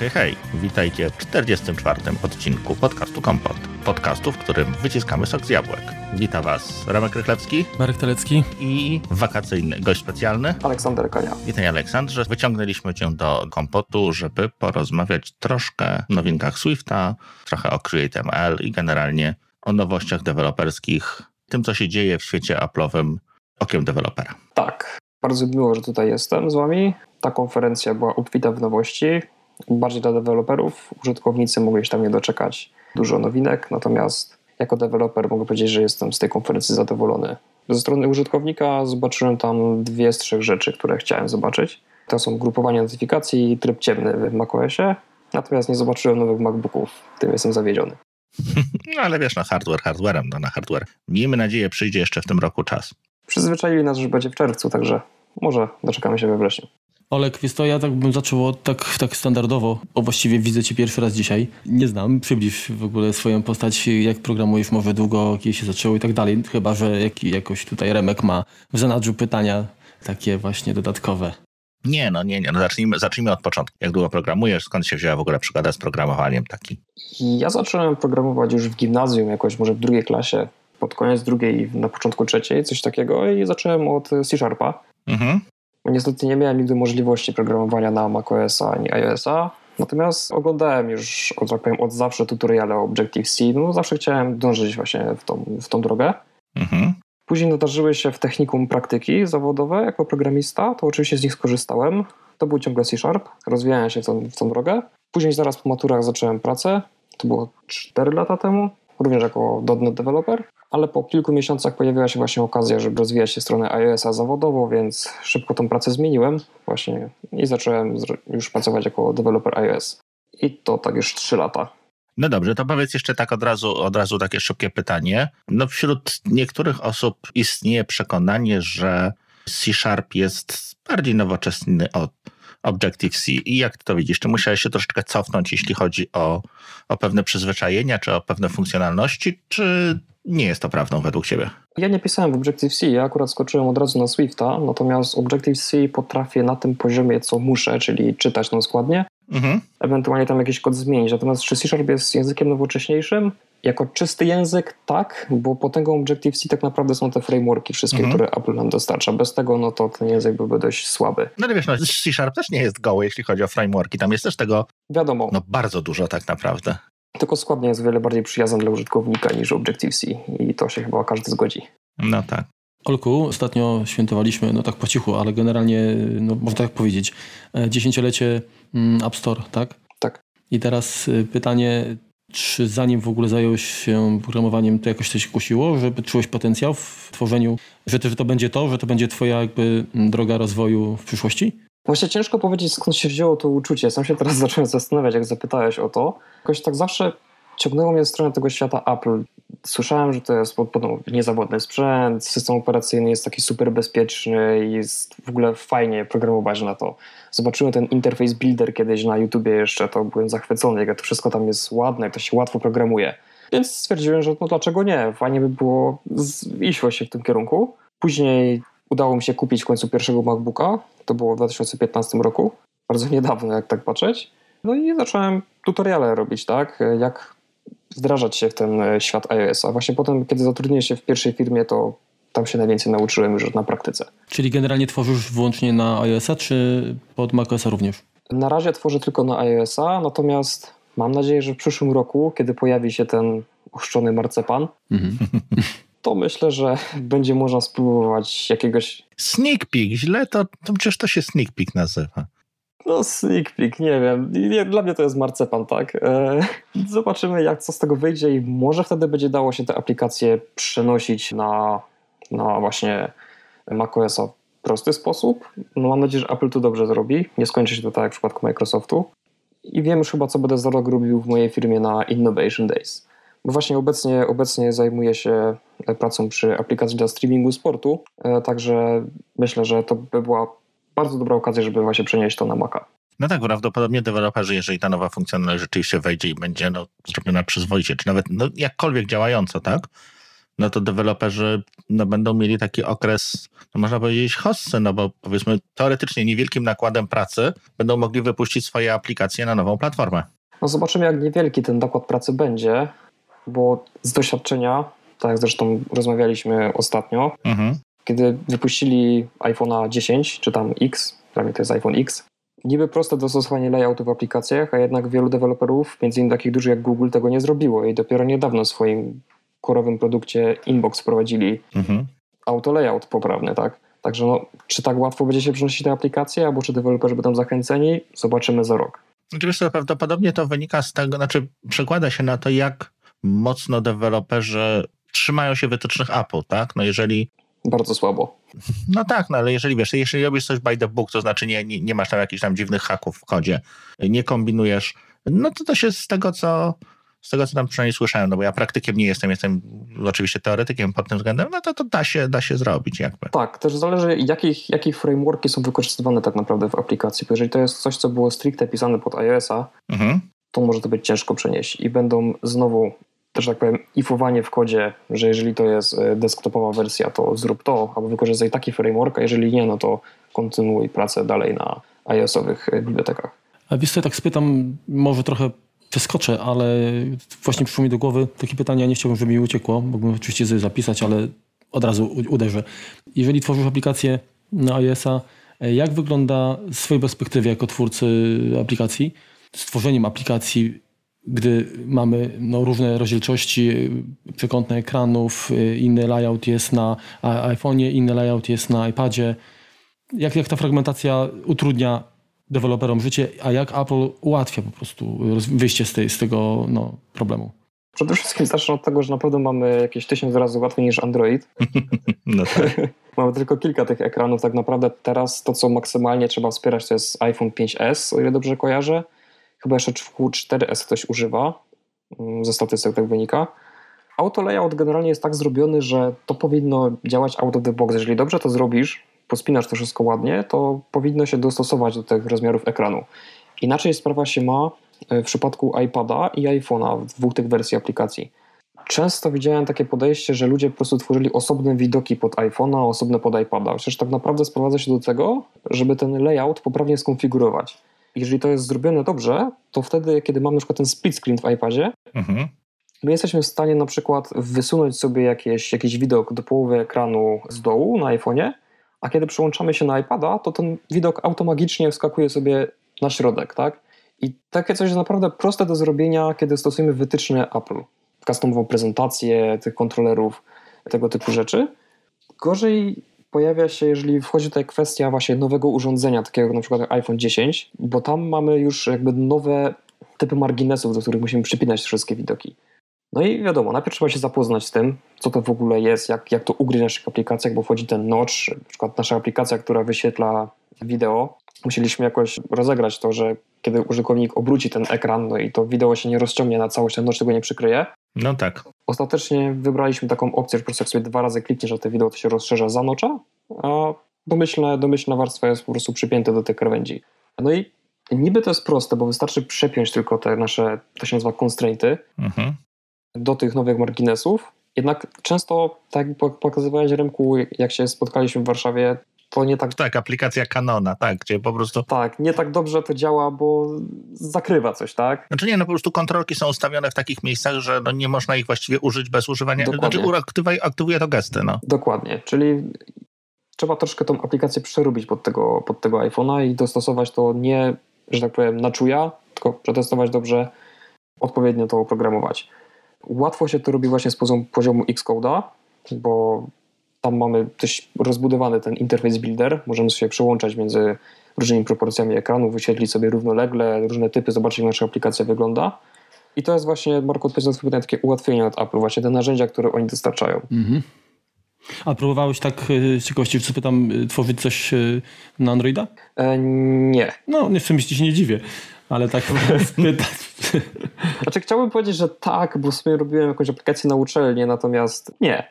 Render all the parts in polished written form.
Hej, hej, witajcie w 44. odcinku podcastu Kompot. Podcastu, w którym wyciskamy sok z jabłek. Wita Was Remek Rychlewski, Marek Telecki i wakacyjny gość specjalny Aleksander Kania. Witaj, Aleksandrze. Wyciągnęliśmy Cię do Kompotu, żeby porozmawiać troszkę o nowinkach Swifta, trochę o Create.ml i generalnie o nowościach deweloperskich, tym co się dzieje w świecie Apple'owym okiem dewelopera. Tak, bardzo miło, że tutaj jestem z Wami. Ta konferencja była obfita w nowości, bardziej dla deweloperów. Użytkownicy mogli się tam nie doczekać dużo nowinek, natomiast jako deweloper mogę powiedzieć, że jestem z tej konferencji zadowolony. Ze strony użytkownika zobaczyłem tam 2 z 3 rzeczy, które chciałem zobaczyć. To są grupowanie notyfikacji i tryb ciemny w macOSie, natomiast nie zobaczyłem nowych MacBooków. Tym jestem zawiedziony. No ale wiesz, hardware hardwarem, na hardware. Miejmy nadzieję, przyjdzie jeszcze w tym roku czas. Przyzwyczaili nas, że będzie w czerwcu, także może doczekamy się we wrześniu. Olek, wiesz to ja tak bym zaczął tak standardowo, bo właściwie widzę Cię pierwszy raz dzisiaj. Nie znam, przybliż w ogóle swoją postać, jak programujesz, może długo, kiedy się zaczęło i tak dalej. Chyba, że jakoś tutaj Remek ma w zanadrzu pytania takie właśnie dodatkowe. Nie, zacznijmy od początku. Jak długo programujesz, skąd się wzięła w ogóle przygoda z programowaniem taki? Ja zacząłem programować już w gimnazjum, jakoś może w 2 klasie, pod koniec 2 i na początku 3, coś takiego i zacząłem od C#. Mhm. Niestety nie miałem nigdy możliwości programowania na macOSa ani iOSa, natomiast oglądałem już, tak powiem, od zawsze tutoriale o Objective-C, no zawsze chciałem dążyć właśnie w tą drogę. Mhm. Później nadarzyły się w technikum praktyki zawodowe jako programista, to oczywiście z nich skorzystałem. To był ciągle C#, rozwijałem się w tą drogę. Później zaraz po maturach zacząłem pracę, to było 4 lata temu, również jako .NET developer, ale po kilku miesiącach pojawiła się właśnie okazja, żeby rozwijać się w stronę iOS-a zawodowo, więc szybko tą pracę zmieniłem właśnie i zacząłem już pracować jako developer iOS. I to tak już 3 lata. No dobrze, to powiedz jeszcze tak od razu takie szybkie pytanie. No wśród niektórych osób istnieje przekonanie, że C# jest bardziej nowoczesny od Objective-C. I jak ty to widzisz? Czy musiałeś się troszeczkę cofnąć, jeśli chodzi o pewne przyzwyczajenia, czy o pewne funkcjonalności, czy nie jest to prawdą według ciebie? Ja nie pisałem w Objective-C, ja akurat skoczyłem od razu na Swifta, natomiast Objective-C potrafię na tym poziomie, co muszę, czyli czytać składnie, ewentualnie tam jakiś kod zmienić. Natomiast czy C# jest językiem nowocześniejszym? Jako czysty język tak, bo potęgą Objective-C tak naprawdę są te frameworki wszystkie, które Apple nam dostarcza. Bez tego to ten język byłby dość słaby. No ale wiesz, C# też nie jest goły, jeśli chodzi o frameworki. Tam jest też tego bardzo dużo tak naprawdę. Tylko składnie jest o wiele bardziej przyjazny dla użytkownika niż Objective-C i to się chyba każdy zgodzi. No tak. Olku, ostatnio świętowaliśmy, tak po cichu, ale generalnie, można tak powiedzieć, 10-lecie App Store, tak? Tak. I teraz pytanie, czy zanim w ogóle zająłeś się programowaniem, to jakoś coś kusiło, żeby czułeś potencjał w tworzeniu, że to będzie że to będzie twoja jakby droga rozwoju w przyszłości? Właśnie ciężko powiedzieć, skąd się wzięło to uczucie. Sam się teraz zacząłem zastanawiać, jak zapytałeś o to. Jakoś tak zawsze ciągnęło mnie w stronę tego świata Apple. Słyszałem, że to jest niezawodny sprzęt, system operacyjny jest taki super bezpieczny i jest w ogóle fajnie programować na to. Zobaczyłem ten interface builder kiedyś na YouTubie jeszcze, to byłem zachwycony, jak to wszystko tam jest ładne, jak to się łatwo programuje. Więc stwierdziłem, że dlaczego nie? Fajnie by było iść właśnie w tym kierunku. Później udało mi się kupić w końcu pierwszego MacBooka, to było w 2015 roku, bardzo niedawno jak tak patrzeć. No i zacząłem tutoriale robić, tak, jak wdrażać się w ten świat iOS-a. Właśnie potem, kiedy zatrudniłem się w pierwszej firmie, to tam się najwięcej nauczyłem już na praktyce. Czyli generalnie tworzysz wyłącznie na iOS-a, czy pod macOS-a również? Na razie tworzę tylko na iOS-a, natomiast mam nadzieję, że w przyszłym roku, kiedy pojawi się ten ochrzczony marcepan, to myślę, że będzie można spróbować jakiegoś... Sneak peek, źle to przecież to się sneak peek nazywa. No sneak peek, nie wiem. Dla mnie to jest marcepan, tak? Zobaczymy, co z tego wyjdzie i może wtedy będzie dało się te aplikacje przenosić na właśnie macOS-a w prosty sposób. No mam nadzieję, że Apple to dobrze zrobi. Nie skończy się to tak jak w przypadku Microsoftu. I wiem już chyba, co będę za rok robił w mojej firmie na Innovation Days. Bo właśnie obecnie zajmuję się pracą przy aplikacji dla streamingu sportu, także myślę, że to by była bardzo dobra okazja, żeby właśnie przenieść to na Maca. No tak, prawdopodobnie deweloperzy, jeżeli ta nowa funkcjonalność rzeczywiście wejdzie i będzie zrobiona przyzwoicie, czy nawet jakkolwiek działająco, tak? no to deweloperzy będą mieli taki okres, można powiedzieć, hossy, bo powiedzmy teoretycznie niewielkim nakładem pracy będą mogli wypuścić swoje aplikacje na nową platformę. No zobaczymy, jak niewielki ten nakład pracy będzie, bo z doświadczenia, tak jak zresztą rozmawialiśmy ostatnio, kiedy wypuścili iPhone'a 10, czy tam X, dla mnie to jest iPhone X, niby proste dostosowanie layoutu w aplikacjach, a jednak wielu deweloperów, między innymi takich dużych jak Google, tego nie zrobiło i dopiero niedawno w swoim core'owym produkcie Inbox wprowadzili auto layout poprawny, tak? Także czy tak łatwo będzie się przenosić te aplikacje, albo czy deweloperzy będą zachęceni, zobaczymy za rok. Oczywiście prawdopodobnie to wynika z tego, przekłada się na to, jak mocno deweloperzy trzymają się wytycznych Apple, tak? Jeżeli... Bardzo słabo. No tak, ale jeśli robisz coś by the book, to znaczy nie masz tam jakichś tam dziwnych haków w kodzie, nie kombinujesz, no to się z tego, co tam przynajmniej słyszałem, bo ja praktykiem nie jestem oczywiście teoretykiem pod tym względem, no to da się zrobić jakby. Tak, też zależy jakie frameworki są wykorzystywane tak naprawdę w aplikacji, bo jeżeli to jest coś, co było stricte pisane pod iOS-a, to może to być ciężko przenieść i będą znowu też tak powiem ifowanie w kodzie, że jeżeli to jest desktopowa wersja, to zrób to, albo wykorzystaj taki framework, a jeżeli nie, no to kontynuuj pracę dalej na iOS-owych bibliotekach. A wiesz co, tak spytam, może trochę przeskoczę, ale właśnie przyszło mi do głowy takie pytanie, ja nie chciałbym, żeby mi uciekło, mógłbym oczywiście sobie zapisać, ale od razu uderzę. Jeżeli tworzysz aplikację na iOS-a, jak wygląda z swojej perspektywy jako twórcy aplikacji, z tworzeniem aplikacji, gdy mamy różne rozdzielczości, przekątne ekranów, inny layout jest na iPhone'ie, inny layout jest na iPadzie. Jak ta fragmentacja utrudnia deweloperom życie, a jak Apple ułatwia po prostu wyjście z tego problemu? Przede wszystkim zacznę od tego, że naprawdę mamy jakieś 1000 razy łatwiej niż Android. No tak. Mamy tylko kilka tych ekranów. Tak naprawdę teraz to, co maksymalnie trzeba wspierać, to jest iPhone 5S, o ile dobrze kojarzę. Chyba jeszcze 4S ktoś używa, ze statystyk tak wynika. Auto layout generalnie jest tak zrobiony, że to powinno działać out of the box. Jeżeli dobrze to zrobisz, pospinasz to wszystko ładnie, to powinno się dostosować do tych rozmiarów ekranu. Inaczej sprawa się ma w przypadku iPada i iPhone'a, w dwóch tych wersji aplikacji. Często widziałem takie podejście, że ludzie po prostu tworzyli osobne widoki pod iPhone'a, osobne pod iPada. Przecież tak naprawdę sprowadza się do tego, żeby ten layout poprawnie skonfigurować. Jeżeli to jest zrobione dobrze, to wtedy, kiedy mamy na przykład ten split screen w iPadzie, my jesteśmy w stanie na przykład wysunąć sobie jakiś widok do połowy ekranu z dołu na iPhone'ie, a kiedy przyłączamy się na iPada, to ten widok automatycznie wskakuje sobie na środek, tak? I takie coś jest naprawdę proste do zrobienia, kiedy stosujemy wytyczne Apple. Customową prezentację tych kontrolerów, tego typu rzeczy. Gorzej pojawia się, jeżeli wchodzi tutaj kwestia właśnie nowego urządzenia, takiego jak na przykład iPhone 10, bo tam mamy już jakby nowe typy marginesów, do których musimy przypinać wszystkie widoki. No i wiadomo, najpierw trzeba się zapoznać z tym, co to w ogóle jest, jak to ugryźć w naszych aplikacjach, bo wchodzi ten notch, na przykład nasza aplikacja, która wyświetla wideo. Musieliśmy jakoś rozegrać to, że kiedy użytkownik obróci ten ekran, no i to wideo się nie rozciągnie na całość, ten notch tego nie przykryje. No tak. Ostatecznie wybraliśmy taką opcję, że po prostu jak sobie 2 razy klikniesz na to wideo, to się rozszerza za notcha, a domyślna warstwa jest po prostu przypięta do tych krawędzi. No i niby to jest proste, bo wystarczy przepiąć tylko te nasze, to się nazywa constrainty, do tych nowych marginesów. Jednak często, tak jak pokazywałeś, Remku, jak się spotkaliśmy w Warszawie, to nie tak... Tak, aplikacja Canona, tak, gdzie po prostu... Tak, nie tak dobrze to działa, bo zakrywa coś, tak? Znaczy nie, po prostu kontrolki są ustawione w takich miejscach, że nie można ich właściwie użyć bez używania... Dokładnie. Znaczy aktywuje to gesty, no. Dokładnie, czyli trzeba troszkę tą aplikację przerobić pod tego iPhone'a i dostosować to nie, że tak powiem, na czuja, tylko przetestować dobrze, odpowiednio to oprogramować. Łatwo się to robi właśnie z poziomu Xcode'a, bo tam mamy dość rozbudowany ten interface builder. Możemy sobie przełączać między różnymi proporcjami ekranu, wyświetlić sobie równolegle różne typy, zobaczyć jak nasza aplikacja wygląda. I to jest właśnie, Marko, odpowiedź na twoje pytanie, takie ułatwienie od Apple, właśnie te narzędzia, które oni dostarczają. A próbowałeś tak z ciekawości, czy pytam, tworzyć coś na Androida? Nie. No, w sumie się nie dziwię, ale tak spytać. Znaczy chciałbym powiedzieć, że tak, bo w sumie robiłem jakąś aplikację na uczelnię, natomiast nie.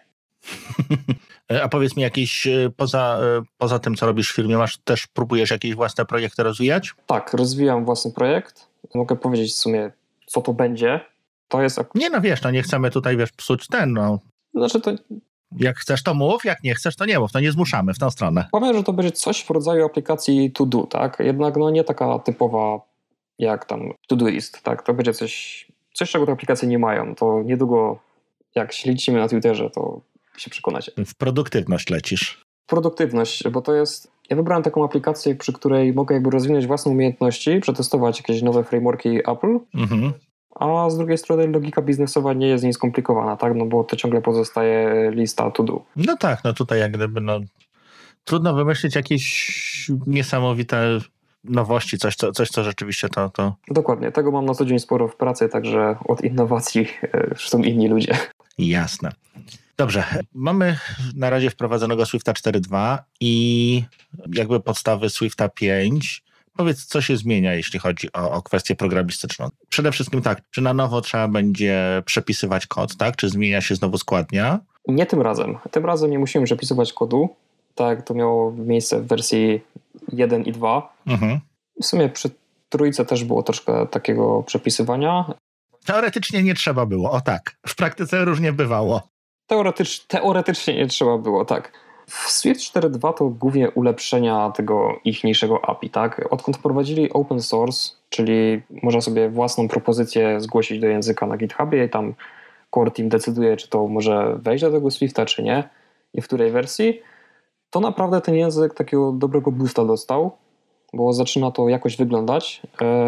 A powiedz mi, jakieś poza tym, co robisz w firmie, próbujesz jakieś własne projekty rozwijać? Tak, rozwijam własny projekt. Mogę powiedzieć w sumie, co to będzie. To jest... Nie, no wiesz, nie chcemy tutaj, psuć Znaczy to... Jak chcesz, to mów, jak nie chcesz, to nie mów, to nie zmuszamy w tą stronę. Powiem, że to będzie coś w rodzaju aplikacji to do, tak? Jednak no nie taka typowa jak tam Todoist, tak? To będzie coś, czego te aplikacje nie mają. To niedługo, jak śledzicie na Twitterze, to się przekonacie. W produktywność lecisz. Produktywność, bo to jest... Ja wybrałem taką aplikację, przy której mogę jakby rozwinąć własne umiejętności, przetestować jakieś nowe frameworki Apple, a z drugiej strony logika biznesowa nie jest nieskomplikowana, tak? No bo to ciągle pozostaje lista to do. No tak, no tutaj jak gdyby trudno wymyślić jakieś niesamowite nowości, coś co rzeczywiście to... Dokładnie, tego mam na co dzień sporo w pracy, także od innowacji są inni ludzie. Jasne. Dobrze, mamy na razie wprowadzonego Swifta 4.2 i jakby podstawy Swifta 5. Powiedz, co się zmienia, jeśli chodzi o kwestię programistyczną. Przede wszystkim tak, czy na nowo trzeba będzie przepisywać kod, tak? Czy zmienia się znowu składnia? Nie tym razem. Tym razem nie musimy przepisywać kodu. Tak, to miało miejsce w wersji 1 i 2. W sumie przy trójce też było troszkę takiego przepisywania. Teoretycznie nie trzeba było, o tak. W praktyce różnie bywało. Teoretycznie nie trzeba było, tak. W Swift 4.2 to głównie ulepszenia tego ichniejszego API, tak? Odkąd wprowadzili open source, czyli można sobie własną propozycję zgłosić do języka na GitHubie i tam core team decyduje, czy to może wejść do tego Swifta, czy nie i w której wersji, to naprawdę ten język takiego dobrego boosta dostał, bo zaczyna to jakoś wyglądać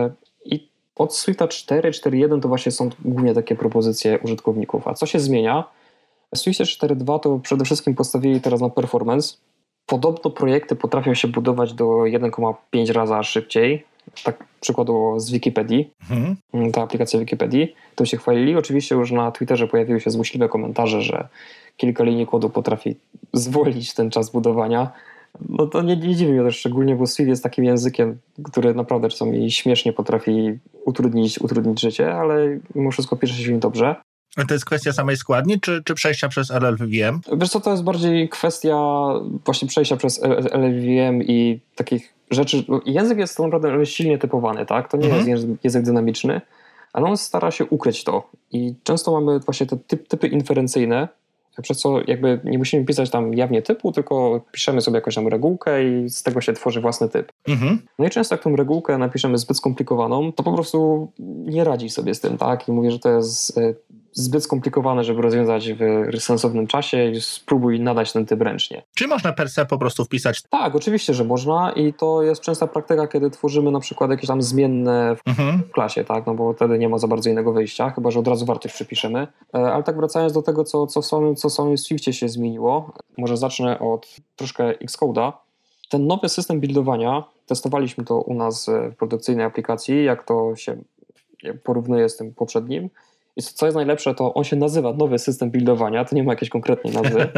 i od Swifta 4.1 to właśnie są głównie takie propozycje użytkowników. A co się zmienia? W Swiftie 4.2 to przede wszystkim postawili teraz na performance. Podobno projekty potrafią się budować do 1,5 raza szybciej. Tak przykładowo z Wikipedii. Ta aplikacja Wikipedii. To się chwalili. Oczywiście już na Twitterze pojawiły się złośliwe komentarze, że kilka linii kodu potrafi zwolnić ten czas budowania. No to nie dziwi mnie też szczególnie, bo Swift jest takim językiem, który naprawdę czasami śmiesznie potrafi utrudnić życie, ale mimo wszystko pisze się w nim dobrze. To jest kwestia samej składni, czy przejścia przez LLVM? Wiesz co, to jest bardziej kwestia właśnie przejścia przez LLVM i takich rzeczy. Język jest to naprawdę silnie typowany, tak? To nie jest język dynamiczny, ale on stara się ukryć to. I często mamy właśnie te typy inferencyjne, przez co jakby nie musimy pisać tam jawnie typu, tylko piszemy sobie jakąś tam regułkę i z tego się tworzy własny typ. No i często jak tą regułkę napiszemy zbyt skomplikowaną, to po prostu nie radzi sobie z tym, tak? I mówię, że to jest zbyt skomplikowane, żeby rozwiązać w sensownym czasie i spróbuj nadać ten typ ręcznie. Czy można per se po prostu wpisać? Tak, oczywiście, że można i to jest częsta praktyka, kiedy tworzymy na przykład jakieś tam zmienne w klasie, tak? No bo wtedy nie ma za bardzo innego wyjścia, chyba że od razu wartość przypiszemy. Ale tak wracając do tego, co w samym Swiftie się zmieniło, może zacznę od troszkę Xcode'a. Ten nowy system buildowania, testowaliśmy to u nas w produkcyjnej aplikacji, jak to się porównuje z tym poprzednim. I co jest najlepsze, to on się nazywa nowy system buildowania, to nie ma jakiejś konkretnej nazwy.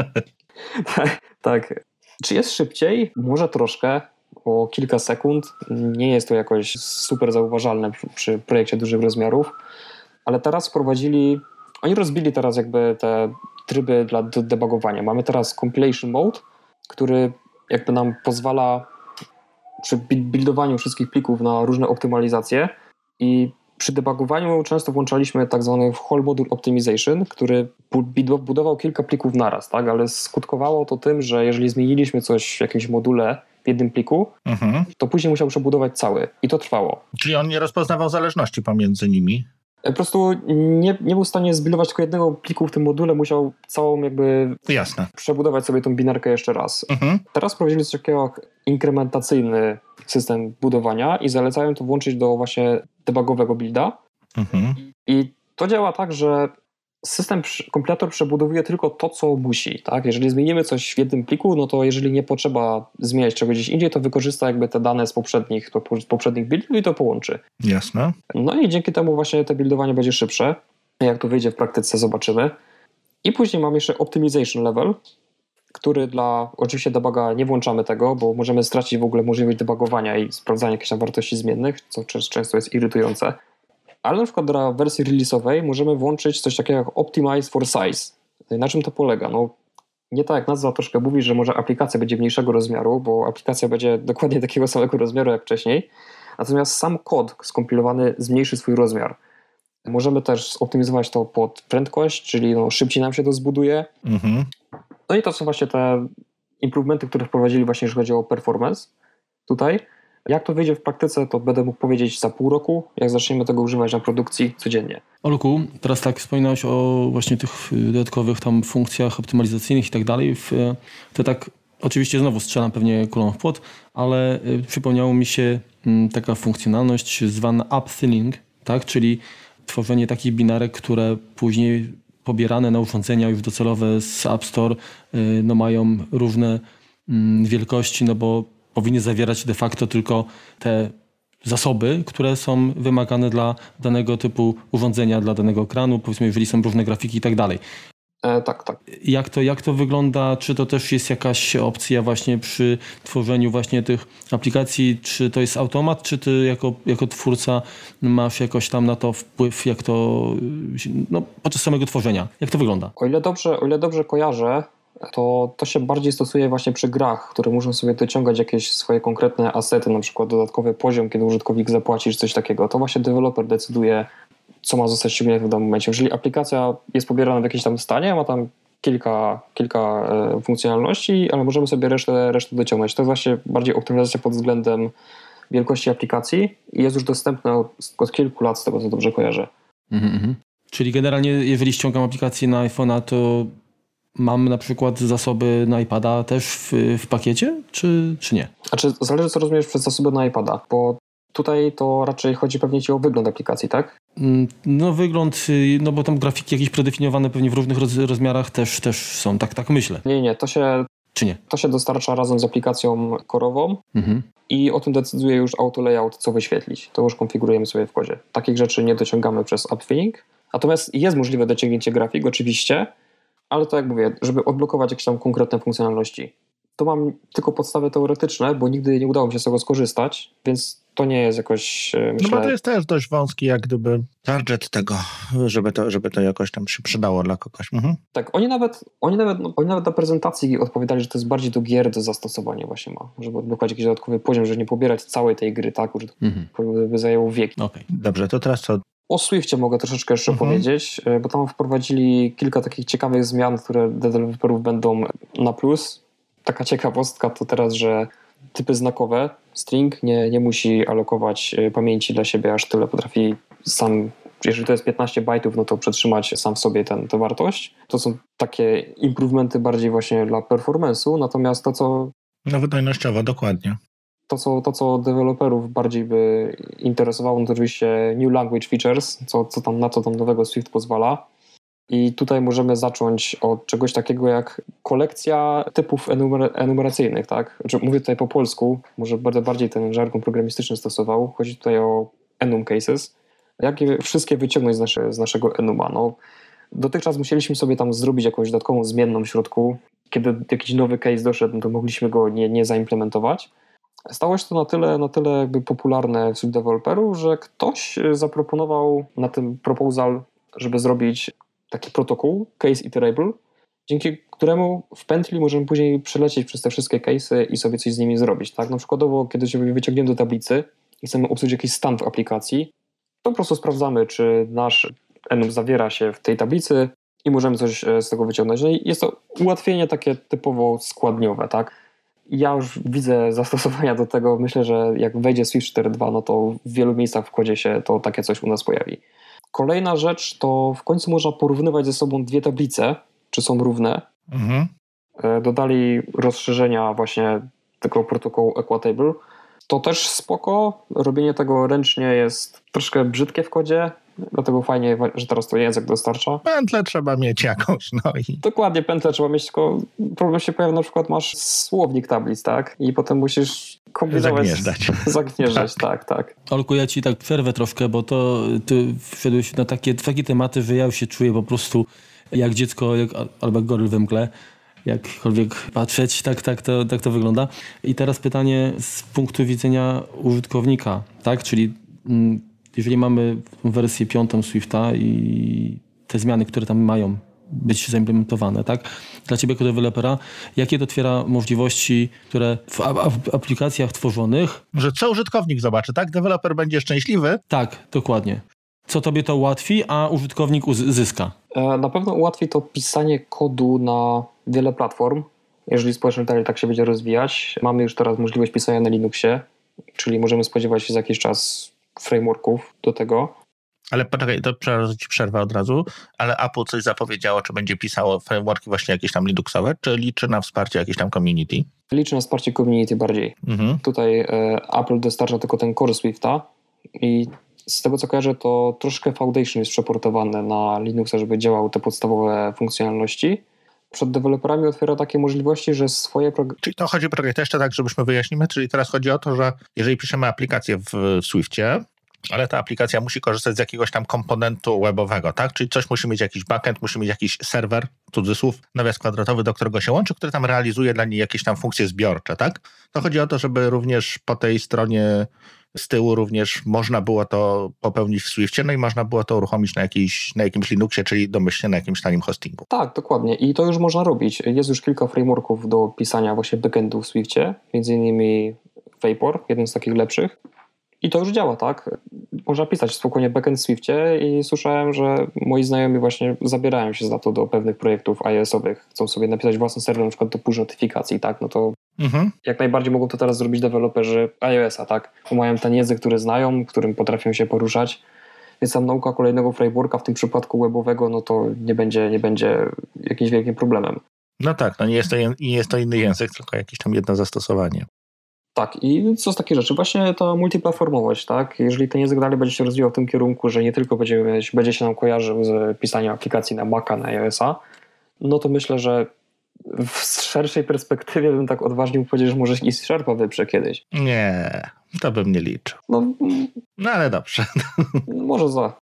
Tak. Czy jest szybciej? Może troszkę, o kilka sekund. Nie jest to jakoś super zauważalne przy projekcie dużych rozmiarów, ale teraz oni rozbili teraz jakby te tryby dla debugowania. Mamy teraz compilation mode, który jakby nam pozwala przy buildowaniu wszystkich plików na różne optymalizacje i przy debugowaniu często włączaliśmy tak zwany whole module optimization, który budował kilka plików naraz, tak? Ale skutkowało to tym, że jeżeli zmieniliśmy coś w jakimś module w jednym pliku, to później musiał przebudować cały i to trwało. Czyli on nie rozpoznawał zależności pomiędzy nimi? Po prostu nie był w stanie zbudować tylko jednego pliku w tym module, musiał całą jakby przebudować sobie tą binarkę jeszcze raz. Teraz prowadzili coś takiego jak inkrementacyjny system budowania i zalecają to włączyć do właśnie debugowego builda. I to działa tak, że kompilator przebudowuje tylko to, co musi. Tak? Jeżeli zmienimy coś w jednym pliku, no to jeżeli nie potrzeba zmieniać czegoś gdzieś indziej, to wykorzysta jakby te dane z poprzednich buildów i to połączy. Jasne. No i dzięki temu właśnie to buildowanie będzie szybsze. Jak to wyjdzie w praktyce, zobaczymy. I później mamy jeszcze optimization level, który oczywiście debuga nie włączamy tego, bo możemy stracić w ogóle możliwość debugowania i sprawdzania jakichś tam wartości zmiennych, co często jest irytujące. Ale na przykład dla wersji release'owej możemy włączyć coś takiego jak Optimize for Size. Na czym to polega? No, nie tak jak nazwa troszkę mówi, że może aplikacja będzie mniejszego rozmiaru, bo aplikacja będzie dokładnie takiego samego rozmiaru jak wcześniej, natomiast sam kod skompilowany zmniejszy swój rozmiar. Możemy też zoptymizować to pod prędkość, czyli szybciej nam się to zbuduje. No i to są właśnie te improvementy, które wprowadzili właśnie, jeżeli chodzi o performance tutaj. Jak to wyjdzie w praktyce, to będę mógł powiedzieć za pół roku, jak zaczniemy tego używać na produkcji codziennie. Olku, teraz tak wspominałeś o właśnie tych dodatkowych tam funkcjach optymalizacyjnych i tak dalej. To tak oczywiście znowu strzelam pewnie kulą w płot, ale przypomniało mi się taka funkcjonalność zwana upthinning, tak? Czyli tworzenie takich binarek, które później pobierane na urządzenia już docelowe z App Store mają różne wielkości, bo powinny zawierać de facto tylko te zasoby, które są wymagane dla danego typu urządzenia, dla danego ekranu, powiedzmy, jeżeli są różne grafiki i tak dalej. Tak. Jak to wygląda? Czy to też jest jakaś opcja właśnie przy tworzeniu właśnie tych aplikacji? Czy to jest automat, czy ty jako twórca masz jakoś tam na to wpływ, jak to podczas samego tworzenia? Jak to wygląda? O ile dobrze kojarzę, to się bardziej stosuje właśnie przy grach, które muszą sobie dociągać jakieś swoje konkretne asety, na przykład dodatkowy poziom, kiedy użytkownik zapłaci, czy coś takiego. To właśnie deweloper decyduje, co ma zostać ściągnięte w danym momencie. Jeżeli aplikacja jest pobierana w jakimś tam stanie, ma tam kilka funkcjonalności, ale możemy sobie resztę dociągnąć. To jest właśnie bardziej optymalizacja pod względem wielkości aplikacji i jest już dostępne od kilku lat, z tego co dobrze kojarzę. Czyli generalnie, jeżeli ściągam aplikację na iPhone'a, to mam na przykład zasoby na iPada też w pakiecie, czy nie? Znaczy, zależy co rozumiesz przez zasoby na iPada, bo tutaj to raczej chodzi pewnie ci o wygląd aplikacji, tak? No wygląd, bo tam grafiki jakieś predefiniowane pewnie w różnych rozmiarach też są, tak myślę. Nie, Czy nie? To się dostarcza razem z aplikacją korową i o tym decyduje już auto layout, co wyświetlić. To już konfigurujemy sobie w kodzie. Takich rzeczy nie dociągamy przez upthinning. Natomiast jest możliwe dociągnięcie grafik, oczywiście, ale to jak mówię, żeby odblokować jakieś tam konkretne funkcjonalności. To mam tylko podstawy teoretyczne, bo nigdy nie udało mi się z tego skorzystać, więc to nie jest jakoś, myślę... No bo to jest też dość wąski jak gdyby target tego, żeby to jakoś tam się przydało dla kogoś. Tak, oni nawet na prezentacji odpowiadali, że to jest bardziej do gier do zastosowania właśnie ma, żeby odblokować jakiś dodatkowy poziom, żeby nie pobierać całej tej gry, tak, by zajęło wieki. Okay. Dobrze, to teraz co? O Swiftie mogę troszeczkę jeszcze powiedzieć, bo tam wprowadzili kilka takich ciekawych zmian, które deweloperów będą na plus. Taka ciekawostka to teraz, że typy znakowe, string nie musi alokować pamięci dla siebie, aż tyle potrafi sam, jeżeli to jest 15 bajtów, no to przetrzymać sam w sobie tę wartość. To są takie improvementy bardziej właśnie dla performance'u, natomiast to, co... No wydajnościowo, dokładnie. To, co deweloperów bardziej by interesowało, no to oczywiście New Language Features, na co tam nowego Swift pozwala. I tutaj możemy zacząć od czegoś takiego jak kolekcja typów enumeracyjnych, tak? Znaczy, mówię tutaj po polsku, może bardzo bardziej ten żargon programistyczny stosował. Chodzi tutaj o enum cases. Jak je wszystkie wyciągnąć z naszego enuma? No, dotychczas musieliśmy sobie tam zrobić jakąś dodatkową zmienną w środku. Kiedy jakiś nowy case doszedł, no to mogliśmy go nie zaimplementować. Stało się to na tyle jakby popularne wśród deweloperów, że ktoś zaproponował na tym proposal, żeby zrobić taki protokół, case iterable, dzięki któremu w pętli możemy później przelecieć przez te wszystkie case'y i sobie coś z nimi zrobić. Tak? Na przykładowo, kiedy się wyciągniemy do tablicy i chcemy obsłużyć jakiś stan w aplikacji, to po prostu sprawdzamy, czy nasz enum zawiera się w tej tablicy i możemy coś z tego wyciągnąć. No i jest to ułatwienie takie typowo składniowe, tak? Ja już widzę zastosowania do tego. Myślę, że jak wejdzie Swift 4.2, no to w wielu miejscach w kodzie się to takie coś u nas pojawi. Kolejna rzecz to w końcu można porównywać ze sobą dwie tablice, czy są równe. Dodali rozszerzenia właśnie tego protokołu Equatable. To też spoko. Robienie tego ręcznie jest troszkę brzydkie w kodzie, dlatego fajnie, że teraz to język dostarcza. Pętlę trzeba mieć jakąś, no i... Dokładnie, pętlę trzeba mieć, tylko problem się pojawia, na przykład masz słownik tablic, tak? I potem musisz kombinować... Zagnieżdżać, tak. Olku, ja ci tak przerwę troszkę, bo to ty wszedłeś na takie tematy, że ja już się czuję po prostu jak dziecko, albo jak goryl we mgle. Jakkolwiek patrzeć, tak to wygląda. I teraz pytanie z punktu widzenia użytkownika, tak? Czyli jeżeli mamy wersję 5 Swifta i te zmiany, które tam mają być zaimplementowane, tak? Dla ciebie jako dewelopera, jakie to otwiera możliwości, które w aplikacjach tworzonych... Że co użytkownik zobaczy, tak? Deweloper będzie szczęśliwy? Tak, dokładnie. co tobie to ułatwi, a użytkownik zyska? Na pewno ułatwi to pisanie kodu na wiele platform. Jeżeli społeczność dalej tak się będzie rozwijać, mamy już teraz możliwość pisania na Linuxie, czyli możemy spodziewać się za jakiś czas frameworków do tego. Ale poczekaj, to ci przerwę od razu, ale Apple coś zapowiedziało, czy będzie pisało frameworki właśnie jakieś tam Linuxowe, czy liczy na wsparcie jakieś tam community? Liczy na wsparcie community bardziej. Tutaj Apple dostarcza tylko ten core Swifta i z tego co kojarzę, to troszkę Foundation jest przeportowane na Linuxa, żeby działały te podstawowe funkcjonalności. Przed deweloperami otwiera takie możliwości, że swoje Czyli to chodzi, to jeszcze tak, żebyśmy wyjaśnimy, czyli teraz chodzi o to, że jeżeli piszemy aplikację w Swiftie, ale ta aplikacja musi korzystać z jakiegoś tam komponentu webowego, tak? Czyli coś musi mieć jakiś backend, musi mieć jakiś serwer, cudzysłów, nawias kwadratowy, do którego się łączy, który tam realizuje dla niej jakieś tam funkcje zbiorcze, tak? To chodzi o to, żeby również po tej stronie z tyłu również można było to popełnić w Swiftie, no i można było to uruchomić na jakimś Linuxie, czyli domyślnie na jakimś tanim hostingu. Tak, dokładnie. I to już można robić. Jest już kilka frameworków do pisania właśnie backendu w Swiftie, między innymi Vapor, jeden z takich lepszych. I to już działa, tak? Można pisać spokojnie backend w Swiftie i słyszałem, że moi znajomi właśnie zabierają się za to do pewnych projektów iOS-owych. Chcą sobie napisać własny serwer, na przykład do push notyfikacji, tak? No to jak najbardziej mogą to teraz zrobić deweloperzy iOS-a, tak? Bo mają ten język, który znają, którym potrafią się poruszać. Więc tam nauka kolejnego frameworka, w tym przypadku webowego, no to nie będzie jakimś wielkim problemem. No tak, no nie jest to inny język, tylko jakieś tam jedno zastosowanie. Tak, i co z takich rzeczy? Właśnie ta multiplatformowość, tak? Jeżeli ten język dalej będzie się rozwijał w tym kierunku, że nie tylko będzie się nam kojarzył z pisaniem aplikacji na Maca, na iOS-a, no to myślę, że w szerszej perspektywie bym tak odważnie mógł powiedzieć, że może i Sharpa wyprze kiedyś. Nie, to bym nie liczył. No ale dobrze. Może za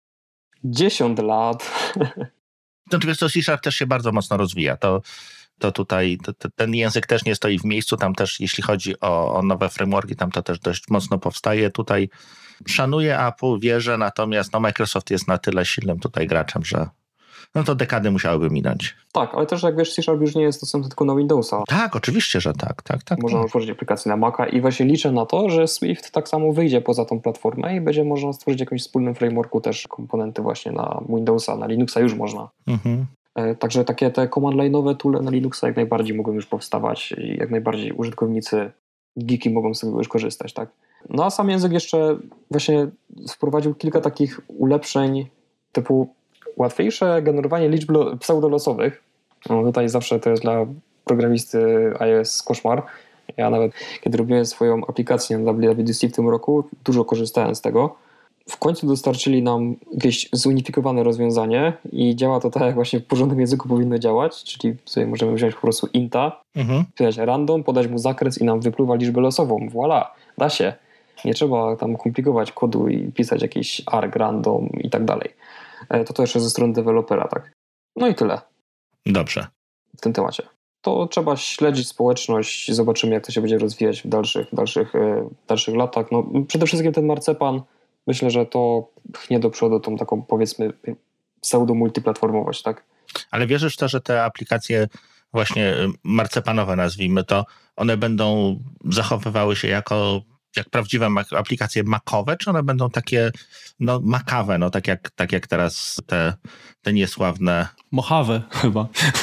10 lat. Natomiast to C# też się bardzo mocno rozwija. To tutaj ten język też nie stoi w miejscu, tam też jeśli chodzi o nowe frameworki, tam to też dość mocno powstaje. Tutaj szanuję Apple, wierzę, natomiast Microsoft jest na tyle silnym tutaj graczem, że no to dekady musiałyby minąć. Tak, ale też jak wiesz, C# już nie jest dostępny tylko na Windowsa. Tak, oczywiście, że tak. Można utworzyć aplikację na Maca i właśnie liczę na to, że Swift tak samo wyjdzie poza tą platformę i będzie można stworzyć jakimś wspólnym frameworku też komponenty właśnie na Windowsa, na Linuxa już można. Także takie te command line'owe toole na Linuxa jak najbardziej mogą już powstawać i jak najbardziej użytkownicy geeki mogą z tego już korzystać, tak? No a sam język jeszcze właśnie wprowadził kilka takich ulepszeń typu łatwiejsze generowanie liczb pseudolosowych. No tutaj zawsze to jest dla programisty iOS koszmar. Ja nawet kiedy robiłem swoją aplikację na WWDC w tym roku, dużo korzystałem z tego. W końcu dostarczyli nam jakieś zunifikowane rozwiązanie i działa to tak, jak właśnie w porządnym języku powinno działać, czyli sobie możemy wziąć po prostu inta, wpisać random, podać mu zakres i nam wypływa liczbę losową. Voilà, da się. Nie trzeba tam komplikować kodu i pisać jakiś arg random i tak dalej. To jeszcze ze strony dewelopera, tak. No i tyle. Dobrze. W tym temacie. To trzeba śledzić społeczność, zobaczymy jak to się będzie rozwijać w dalszych latach. No, przede wszystkim ten marcepan, myślę, że to pchnie do przodu tą taką, powiedzmy, pseudo-multiplatformowość, tak? Ale wierzysz w to, że te aplikacje właśnie marcepanowe, nazwijmy to, one będą zachowywały się jak prawdziwe aplikacje macowe, czy one będą takie makawe, tak jak teraz te niesławne... Mojave chyba.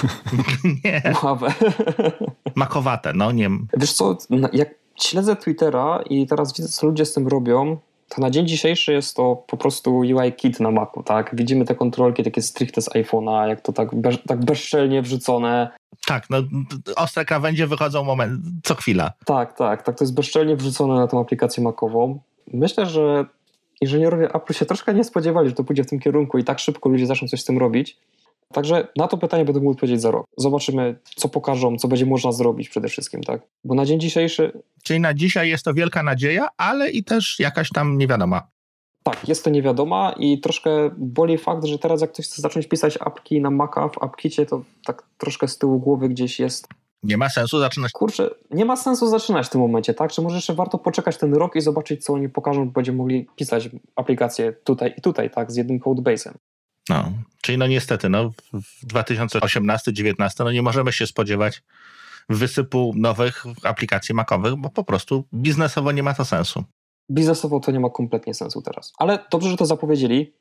Nie. Mojave. Makowate, nie. Wiesz co, jak śledzę Twittera i teraz widzę, co ludzie z tym robią, to na dzień dzisiejszy jest to po prostu UI kit na Macu, tak? Widzimy te kontrolki takie stricte z iPhone'a, jak to tak bezczelnie wrzucone. Tak, ostre krawędzie wychodzą co chwila. Tak, to jest bezczelnie wrzucone na tą aplikację Macową. Myślę, że inżynierowie Apple się troszkę nie spodziewali, że to pójdzie w tym kierunku i tak szybko ludzie zaczną coś z tym robić. Także na to pytanie będę mógł odpowiedzieć za rok. Zobaczymy, co pokażą, co będzie można zrobić przede wszystkim, tak? Bo na dzień dzisiejszy... Czyli na dzisiaj jest to wielka nadzieja, ale i też jakaś tam niewiadoma. Tak, jest to niewiadoma i troszkę boli fakt, że teraz jak ktoś chce zacząć pisać apki na Maca w AppKicie, to tak troszkę z tyłu głowy gdzieś jest... Nie ma sensu zaczynać. Kurczę, nie ma sensu zaczynać w tym momencie, tak? Czy może jeszcze warto poczekać ten rok i zobaczyć, co oni pokażą, bo będziemy mogli pisać aplikacje tutaj i tutaj, tak? Z jednym codebase'em. Czyli niestety, w 2018-2019 nie możemy się spodziewać wysypu nowych aplikacji macowych, bo po prostu biznesowo nie ma to sensu. Biznesowo to nie ma kompletnie sensu teraz. Ale dobrze, że to zapowiedzieli.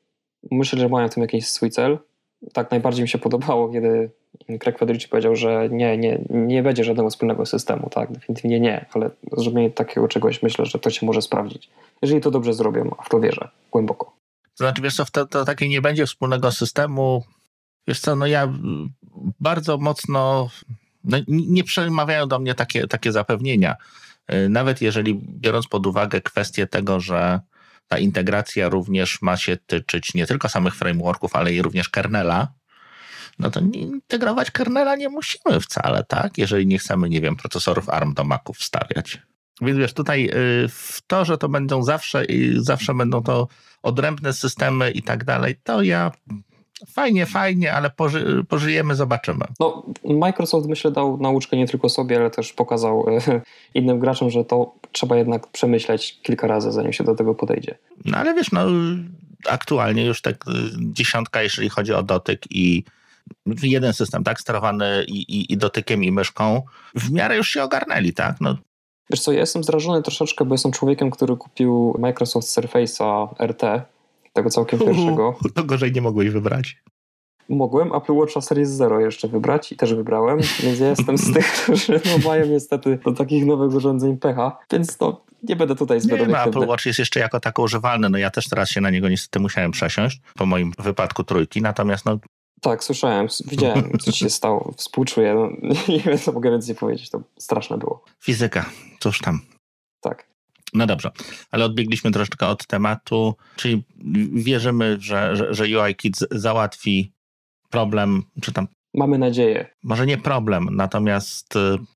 Myślę, że mają w tym jakiś swój cel. Tak najbardziej mi się podobało, kiedy Craig Federighi powiedział, że nie będzie żadnego wspólnego systemu, tak, definitywnie nie, ale zrobienie takiego czegoś, myślę, że to się może sprawdzić. Jeżeli to dobrze zrobią, a w to wierzę głęboko. To znaczy, wiesz co, to takiej nie będzie wspólnego systemu. Wiesz co, no ja bardzo mocno, no nie przemawiają do mnie takie zapewnienia. Nawet jeżeli biorąc pod uwagę kwestię tego, że ta integracja również ma się tyczyć nie tylko samych frameworków, ale i również kernela, no to integrować kernela nie musimy wcale, tak? Jeżeli nie chcemy, nie wiem, procesorów ARM do Maców wstawiać. Więc wiesz, tutaj w to, że to będą zawsze będą to odrębne systemy i tak dalej, to ja fajnie, ale pożyjemy, zobaczymy. No, Microsoft myślę dał nauczkę nie tylko sobie, ale też pokazał innym graczom, że to trzeba jednak przemyśleć kilka razy, zanim się do tego podejdzie. No ale wiesz, no aktualnie już tak 10, jeżeli chodzi o dotyk i jeden system, tak, sterowany i dotykiem i myszką, w miarę już się ogarnęli, tak? No. Wiesz co, ja jestem zrażony troszeczkę, bo jestem człowiekiem, który kupił Microsoft Surface'a RT, tego całkiem pierwszego. To gorzej nie mogłeś wybrać. Mogłem Apple Watcha Series 0 jeszcze wybrać i też wybrałem, więc ja jestem z tych, którzy mają niestety do takich nowych urządzeń pecha, więc no nie będę tutaj zbyt obiektywny. Apple Watch jest jeszcze jako tako używalny, no ja też teraz się na niego niestety musiałem przesiąść po moim wypadku trójki, natomiast no... Tak, słyszałem, widziałem, co ci się stało, współczuję, no, nie wiem, co mogę więcej powiedzieć, to straszne było. Fizyka, cóż tam. Tak. No dobrze, ale odbiegliśmy troszeczkę od tematu, czyli wierzymy, że UIKit załatwi problem, czy tam... Mamy nadzieję. Może nie problem, natomiast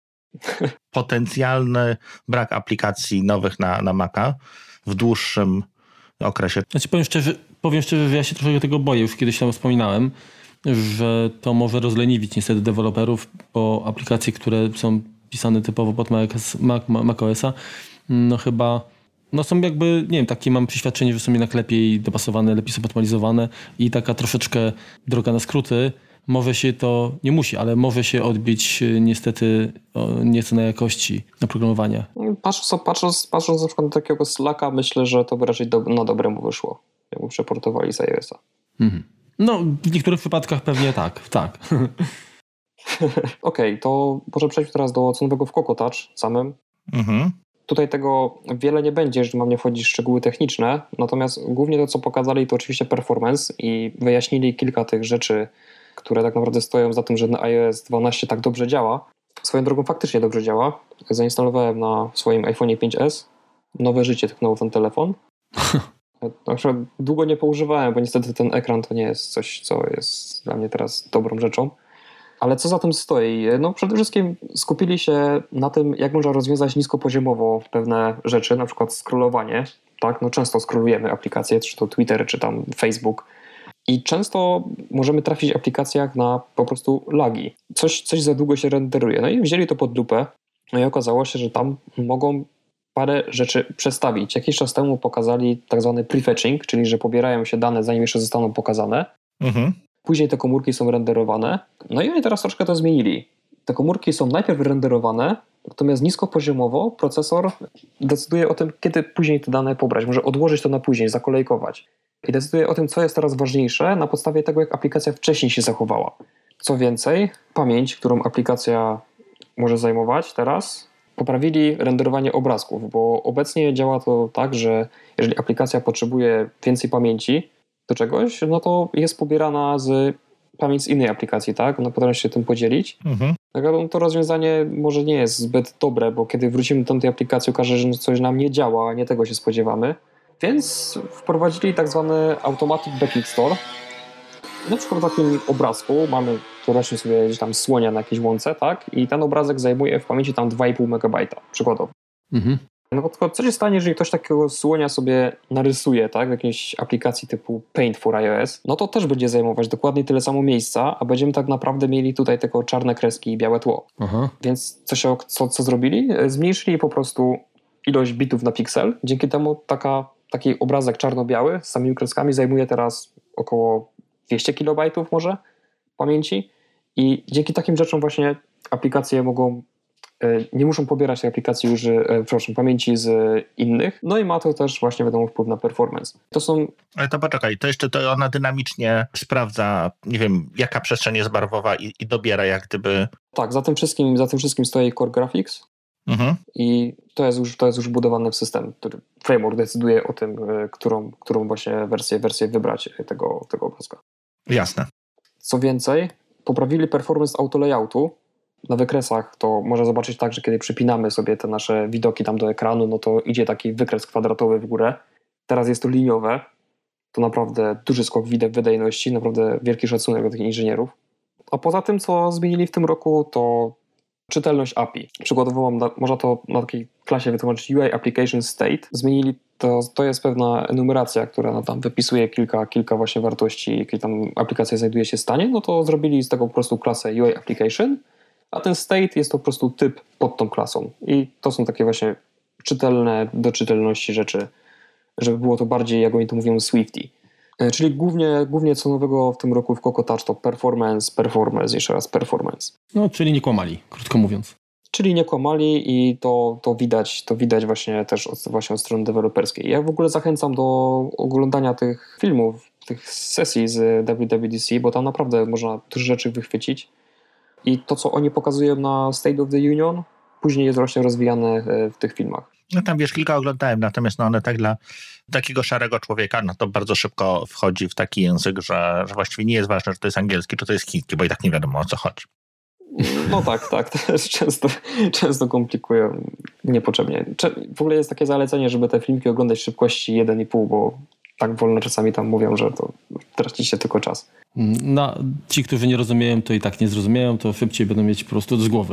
potencjalny brak aplikacji nowych na Maca w dłuższym okresie. Znaczy powiem szczerze, że ja się trochę tego boję, już kiedyś tam wspominałem, że to może rozleniwić niestety deweloperów, bo aplikacje, które są pisane typowo pod macOS-a, no chyba są jakby, nie wiem, takie mam przeświadczenie, że są jednak lepiej dopasowane, lepiej są optymalizowane i taka troszeczkę droga na skróty, może się to, nie musi, ale może się odbić niestety nieco na jakości oprogramowania. Patrząc na przykład na takiego Slacka, myślę, że to by raczej na dobre mu wyszło, jakby przeportowali z iOS-a. Mhm. No, w niektórych przypadkach pewnie tak. Okej, to może przejdźmy teraz do cenowego w Coco Touch samym. Mhm. Tutaj tego wiele nie będzie, jeżeli mam nie wchodzić w szczegóły techniczne, natomiast głównie to, co pokazali, to oczywiście performance i wyjaśnili kilka tych rzeczy, które tak naprawdę stoją za tym, że na iOS 12 tak dobrze działa. Swoją drogą faktycznie dobrze działa. Zainstalowałem na swoim iPhone 5s. Nowe życie tknął ten telefon. Na przykład długo nie poużywałem, bo niestety ten ekran to nie jest coś, co jest dla mnie teraz dobrą rzeczą. Ale co za tym stoi? No przede wszystkim skupili się na tym, jak można rozwiązać niskopoziomowo pewne rzeczy, na przykład scrollowanie. Tak? No często scrollujemy aplikacje, czy to Twitter, czy tam Facebook. I często możemy trafić w aplikacjach na po prostu lagi. Coś za długo się renderuje. No i wzięli to pod lupę. No i okazało się, że tam mogą parę rzeczy przestawić. Jakiś czas temu pokazali tak zwany prefetching, czyli że pobierają się dane, zanim jeszcze zostaną pokazane. Mhm. Później te komórki są renderowane. No i oni teraz troszkę to zmienili. Te komórki są najpierw renderowane, natomiast niskopoziomowo procesor decyduje o tym, kiedy później te dane pobrać. Może odłożyć to na później, zakolejkować. I decyduje o tym, co jest teraz ważniejsze na podstawie tego, jak aplikacja wcześniej się zachowała. Co więcej, pamięć, którą aplikacja może zajmować teraz, poprawili renderowanie obrazków, bo obecnie działa to tak, że jeżeli aplikacja potrzebuje więcej pamięci do czegoś, no to jest pobierana z pamięć z innej aplikacji, tak? Ona potrafi się tym podzielić. Mhm. To rozwiązanie może nie jest zbyt dobre, bo kiedy wrócimy do tej aplikacji, okaże się, że coś nam nie działa, a nie tego się spodziewamy. Więc wprowadzili tak zwany Automatic Backing Store. Na przykład w takim obrazku mamy, wyobraźmy sobie gdzieś tam słonia na jakiejś łące, tak? I ten obrazek zajmuje w pamięci tam 2,5 MB, przykładowo. Mhm. No tylko co się stanie, jeżeli ktoś takiego słonia sobie narysuje, tak? W jakiejś aplikacji typu Paint for iOS, no to też będzie zajmować dokładnie tyle samo miejsca, a będziemy tak naprawdę mieli tutaj tylko czarne kreski i białe tło. Aha. Więc co zrobili? Zmniejszyli po prostu ilość bitów na piksel. Dzięki temu taki obrazek czarno-biały z samymi kreskami zajmuje teraz około 200 KB może pamięci i dzięki takim rzeczom właśnie aplikacje mogą nie muszą pobierać tej aplikacji pamięci z innych, no i ma to też właśnie wiadomo wpływ na performance. To są... Ale to poczekaj, to jeszcze to ona dynamicznie sprawdza, nie wiem, jaka przestrzeń jest barwowa i dobiera jak gdyby... Tak, za tym wszystkim stoi Core Graphics i to jest już budowane w system, który framework decyduje o tym, którą właśnie wersję wybrać tego obrazka. Jasne. Co więcej, poprawili performance autolayoutu. Na wykresach to można zobaczyć tak, że kiedy przypinamy sobie te nasze widoki tam do ekranu, no to idzie taki wykres kwadratowy w górę. Teraz jest to liniowe. To naprawdę duży skok wydajności, naprawdę wielki szacunek do tych inżynierów. A poza tym, co zmienili w tym roku, to czytelność API. Przykładowo można to na takiej klasie wytłumaczyć UI Application State. Zmienili to jest pewna enumeracja, która tam wypisuje kilka właśnie wartości, kiedy tam aplikacja znajduje się w stanie, no to zrobili z tego po prostu klasę UI Application, a ten state jest to po prostu typ pod tą klasą. I to są takie właśnie czytelne do czytelności rzeczy, żeby było to bardziej, jak oni to mówią, Swifty. Czyli głównie co nowego w tym roku w Cocoa Touch to performance, jeszcze raz performance. No, czyli nie kłamali, krótko mówiąc. Czyli nie kłamali i to widać właśnie też od strony deweloperskiej. Ja w ogóle zachęcam do oglądania tych filmów, tych sesji z WWDC, bo tam naprawdę można dużo rzeczy wychwycić. I to, co oni pokazują na State of the Union, później jest właśnie rozwijane w tych filmach. No tam wiesz, kilka oglądałem, natomiast no one tak dla takiego szarego człowieka, no to bardzo szybko wchodzi w taki język, że właściwie nie jest ważne, czy to jest angielski, czy to jest chiński, bo i tak nie wiadomo, o co chodzi. No tak, to jest często komplikują niepotrzebnie. W ogóle jest takie zalecenie, żeby te filmiki oglądać w szybkości 1,5, bo tak wolno czasami tam mówią, że to tracicie tylko czas. No, ci, którzy nie rozumieją, to i tak nie zrozumieją, to szybciej będą mieć po prostu z głowy.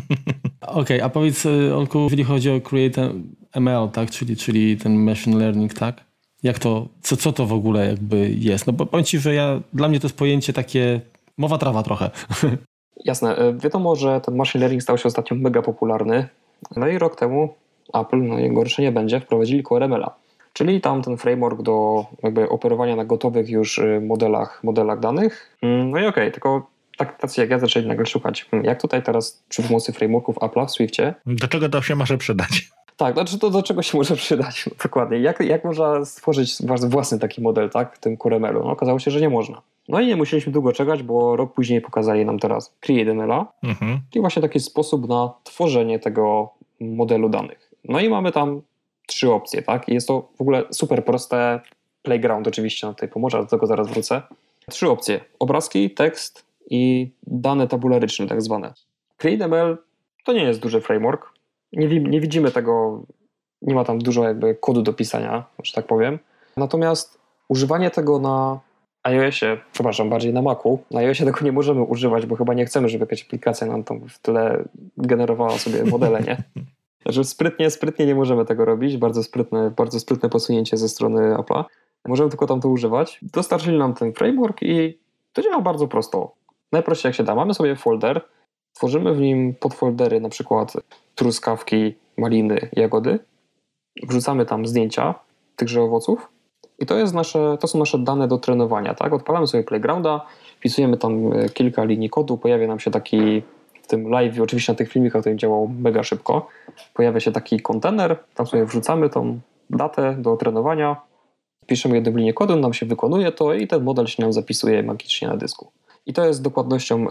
Okej, a powiedz, Olku, jeżeli chodzi o Create ML, tak, czyli ten machine learning, tak? Jak to, co to w ogóle jakby jest? No bo powiem ci, że dla mnie to jest pojęcie takie mowa trawa trochę. Jasne. Wiadomo, że ten machine learning stał się ostatnio mega popularny. No i rok temu Apple, no i gorsze nie będzie, wprowadzili Core ML-a. Czyli tam ten framework do jakby operowania na gotowych już modelach danych. No i okej, tylko tacy jak ja zaczęli nagle szukać, jak tutaj teraz przy pomocy frameworków Apple'a w Swiftie. Do czego to się może przydać? Tak, znaczy to do czego się może przydać dokładnie. Jak można stworzyć własny taki model, tak, w tym Core ML-u? No, okazało się, że nie można. No i nie musieliśmy długo czekać, bo rok później pokazali nam teraz Create ML-a, czyli właśnie taki sposób na tworzenie tego modelu danych. No i mamy tam 3 opcje, tak? I jest to w ogóle super proste. Playground oczywiście nam tutaj pomoże, ale do tego zaraz wrócę. 3 opcje. Obrazki, tekst i dane tabularyczne tak zwane. CreateML to nie jest duży framework. Nie widzimy tego, nie ma tam dużo jakby kodu do pisania, że tak powiem. Natomiast używanie tego na iOSie, bardziej na Macu, na iOSie tego nie możemy używać, bo chyba nie chcemy, żeby jakaś aplikacja nam tam w tyle generowała sobie modele, nie? Że sprytnie nie możemy tego robić, bardzo sprytne posunięcie ze strony Apple'a. Możemy tylko tam to używać. Dostarczyli nam ten framework i to działa bardzo prosto. Najprościej jak się da. Mamy sobie folder, tworzymy w nim podfoldery, na przykład truskawki, maliny, jagody. Wrzucamy tam zdjęcia tychże owoców i to są nasze dane do trenowania. Tak? Odpalamy sobie Playgrounda, wpisujemy tam kilka linii kodu, pojawia nam się taki w tym live, oczywiście na tych filmikach to działało mega szybko, pojawia się taki kontener, tam sobie wrzucamy tą datę do trenowania, piszemy jedną linię kodu, nam się wykonuje to i ten model się nam zapisuje magicznie na dysku. I to jest dokładnością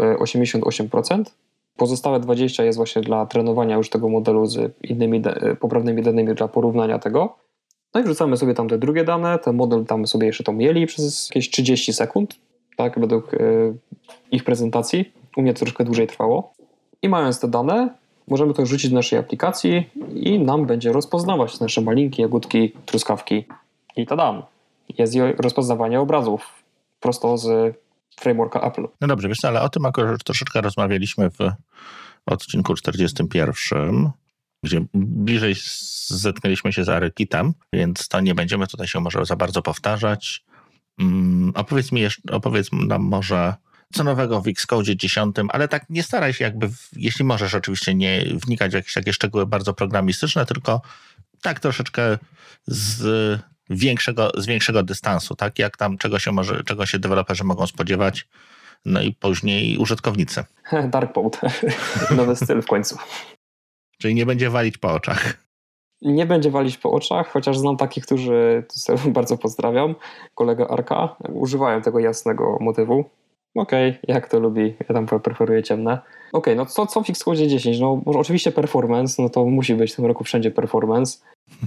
88%. Pozostałe 20% jest właśnie dla trenowania już tego modelu z innymi poprawnymi danymi dla porównania tego. No i wrzucamy sobie tam te drugie dane, ten model tam sobie jeszcze to mieli przez jakieś 30 sekund, tak, według ich prezentacji. U mnie to troszkę dłużej trwało. I mając te dane, możemy to wrzucić do naszej aplikacji i nam będzie rozpoznawać nasze malinki, jagódki, truskawki i tadam. Jest rozpoznawanie obrazów prosto z frameworka Apple. No dobrze, wiesz co, ale o tym akurat troszeczkę rozmawialiśmy w odcinku 41, gdzie bliżej zetknęliśmy się z ARKitem, więc to nie będziemy tutaj się może za bardzo powtarzać. Opowiedz nam może co nowego w Xcode 10, ale tak nie staraj się jakby, jeśli możesz oczywiście nie wnikać w jakieś takie szczegóły bardzo programistyczne, tylko tak troszeczkę z większego dystansu, tak? Jak tam, czego się deweloperzy mogą spodziewać, no i później użytkownicy. Dark mode. Nowy styl w końcu. Czyli nie będzie walić po oczach. Nie będzie walić po oczach, chociaż znam takich, którzy, tu sobie bardzo pozdrawiam, kolega Arka, używają tego jasnego motywu. Okej, jak to lubi, ja tam preferuję ciemne. Okej, no co w Xcode 10? No może oczywiście performance, no to musi być w tym roku wszędzie performance.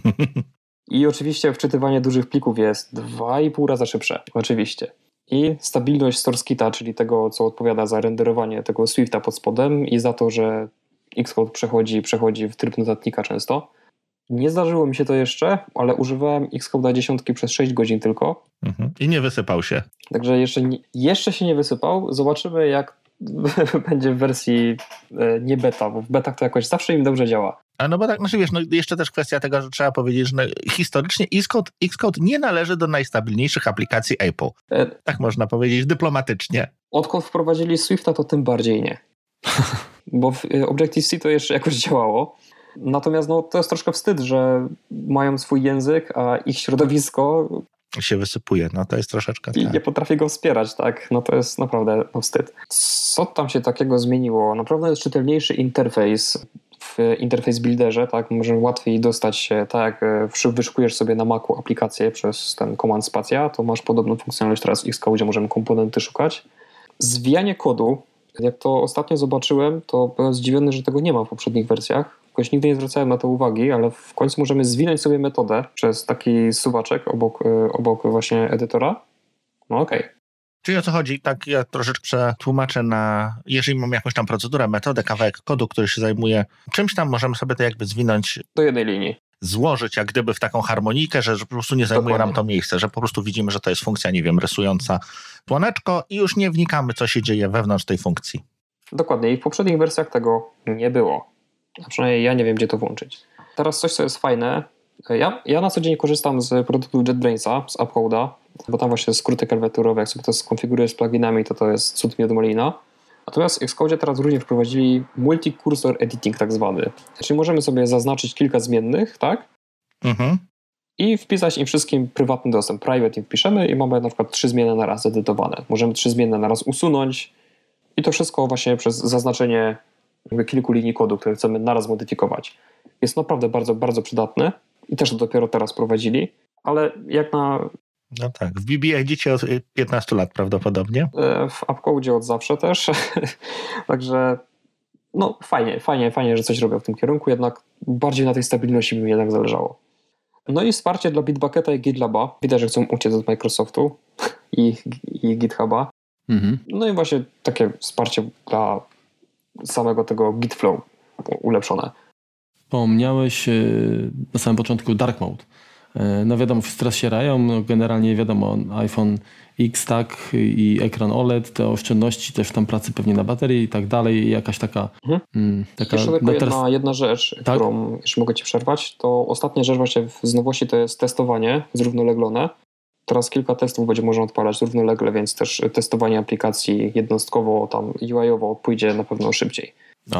I oczywiście wczytywanie dużych plików jest 2,5 razy szybsze, oczywiście. I stabilność SourceKita, czyli tego, co odpowiada za renderowanie tego Swifta pod spodem i za to, że Xcode przechodzi w tryb notatnika często. Nie zdarzyło mi się to jeszcze, ale używałem Xcode'a 10 przez 6 godzin tylko. I nie wysypał się. Także jeszcze się nie wysypał. Zobaczymy, jak będzie w wersji nie beta, bo w betach to jakoś zawsze im dobrze działa. A no bo tak, znaczy wiesz, no jeszcze też kwestia tego, że trzeba powiedzieć, że historycznie Xcode nie należy do najstabilniejszych aplikacji Apple. Tak można powiedzieć dyplomatycznie. Odkąd wprowadzili Swifta, to tym bardziej nie. Bo w Objective-C to jeszcze jakoś działało. Natomiast no, to jest troszkę wstyd, że mają swój język, a ich środowisko się wysypuje, no to jest troszeczkę i tak. nie potrafi go wspierać, tak? No to jest naprawdę wstyd. Co tam się takiego zmieniło? Naprawdę jest czytelniejszy interfejs w Interface Builderze, tak? Może łatwiej dostać się, tak jak wyszukujesz sobie na Macu aplikację przez ten Command Spacja, to masz podobną funkcjonalność teraz w Xcode, możemy komponenty szukać. Zwijanie kodu, jak to ostatnio zobaczyłem, to byłem zdziwiony, że tego nie ma w poprzednich wersjach. Jakoś nigdy nie zwracałem na to uwagi, ale w końcu możemy zwinąć sobie metodę przez taki suwaczek obok właśnie edytora. No okej. Czyli o co chodzi? Tak ja troszeczkę przetłumaczę jeżeli mam jakąś tam procedurę, metodę, kawałek kodu, który się zajmuje czymś tam, możemy sobie to jakby zwinąć do jednej linii. Złożyć jak gdyby w taką harmonijkę, że po prostu nie zajmuje nam to miejsce, że po prostu widzimy, że to jest funkcja, nie wiem, rysująca słoneczko i już nie wnikamy, co się dzieje wewnątrz tej funkcji. Dokładnie i w poprzednich wersjach tego nie było. A przynajmniej ja nie wiem, gdzie to włączyć. Teraz coś, co jest fajne. Ja na co dzień korzystam z produktów JetBrainsa, z AppCode'a, bo tam właśnie skróty klawiaturowe, jak sobie to skonfigurujesz z pluginami, to jest cud miód malina. Natomiast w Xcode teraz również wprowadzili multi-cursor editing tak zwany. Czyli możemy sobie zaznaczyć kilka zmiennych, tak? I wpisać im wszystkim prywatny dostęp. Private im wpiszemy i mamy na przykład 3 zmienne na raz edytowane. Możemy 3 zmienne na raz usunąć i to wszystko właśnie przez zaznaczenie kilku linii kodu, które chcemy naraz modyfikować. Jest naprawdę bardzo, bardzo przydatne i też to dopiero teraz prowadzili, ale jak na... No tak, w BB idziecie od 15 lat prawdopodobnie. W AppCode od zawsze też, także no fajnie, że coś robią w tym kierunku, jednak bardziej na tej stabilności by mi jednak zależało. No i wsparcie dla Bitbucketa i GitLaba. Widać, że chcą uciec od Microsoftu i GitHuba. No i właśnie takie wsparcie dla samego tego Gitflow ulepszone. Wspomniałeś na samym początku Dark Mode. No wiadomo, wszyscy się rają, no generalnie wiadomo, iPhone X, tak, i ekran OLED, te oszczędności, też tam pracy pewnie na baterii i tak dalej, jakaś taka... Jeszcze tylko jedna rzecz, tak? Którą jeszcze mogę Ci przerwać, to ostatnia rzecz właśnie z nowości to jest testowanie zrównoleglone. Teraz kilka testów będzie można odpalać równolegle, więc też testowanie aplikacji jednostkowo, tam UI-owo pójdzie na pewno szybciej.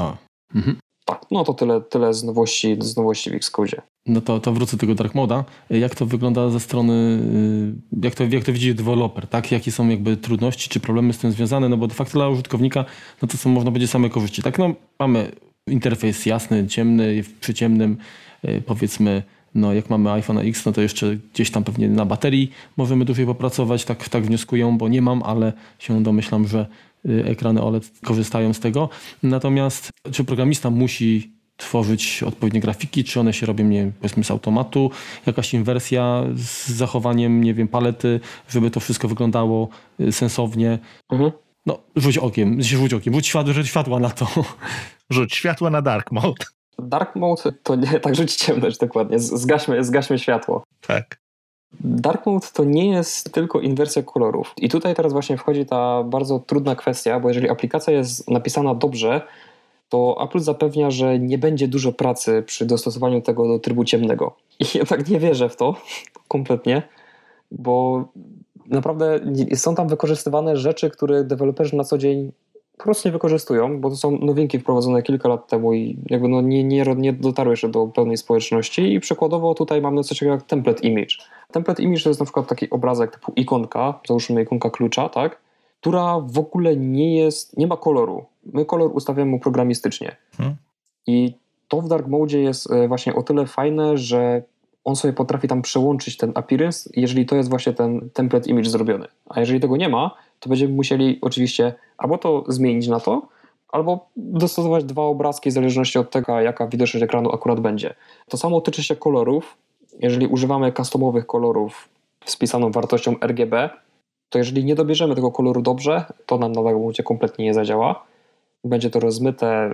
Tak, no to tyle z nowości w Xcode. No to wrócę do tego Dark Mode'a. Jak to wygląda ze strony, jak to widzi deweloper, tak? Jakie są jakby trudności czy problemy z tym związane? No bo de facto dla użytkownika, no to są, można powiedzieć, same korzyści. Tak, no mamy interfejs jasny, ciemny, przy ciemnym powiedzmy, no jak mamy iPhone X, no to jeszcze gdzieś tam pewnie na baterii możemy dłużej popracować, tak wnioskują, bo nie mam, ale się domyślam, że ekrany OLED korzystają z tego. Natomiast czy programista musi tworzyć odpowiednie grafiki, czy one się robią, nie wiem, powiedzmy z automatu, jakaś inwersja z zachowaniem, nie wiem, palety, żeby to wszystko wyglądało sensownie. No, rzuć okiem, rzuć światła na to. Rzuć światło na Dark Mode. Dark Mode to nie, tak rzuć ciemność dokładnie, zgaśmy światło. Tak. Dark Mode to nie jest tylko inwersja kolorów. I tutaj teraz właśnie wchodzi ta bardzo trudna kwestia, bo jeżeli aplikacja jest napisana dobrze, to Apple zapewnia, że nie będzie dużo pracy przy dostosowaniu tego do trybu ciemnego. I ja tak nie wierzę w to kompletnie, bo naprawdę są tam wykorzystywane rzeczy, które deweloperzy na co dzień po prostu nie wykorzystują, bo to są nowinki wprowadzone kilka lat temu i jakby no nie dotarły jeszcze do pełnej społeczności i przykładowo tutaj mamy coś takiego jak template image. Template image to jest na przykład taki obrazek typu ikonka, załóżmy ikonka klucza, tak, która w ogóle nie ma koloru. My kolor ustawiamy mu programistycznie. I to w Dark Mode jest właśnie o tyle fajne, że on sobie potrafi tam przełączyć ten appearance, jeżeli to jest właśnie ten template image zrobiony. A jeżeli tego nie ma, to będziemy musieli oczywiście albo to zmienić na to, albo dostosować dwa obrazki w zależności od tego, jaka widoczność ekranu akurat będzie. To samo tyczy się kolorów. Jeżeli używamy customowych kolorów z wpisaną wartością RGB, to jeżeli nie dobierzemy tego koloru dobrze, to nam na Dark Mode kompletnie nie zadziała. Będzie to rozmyte,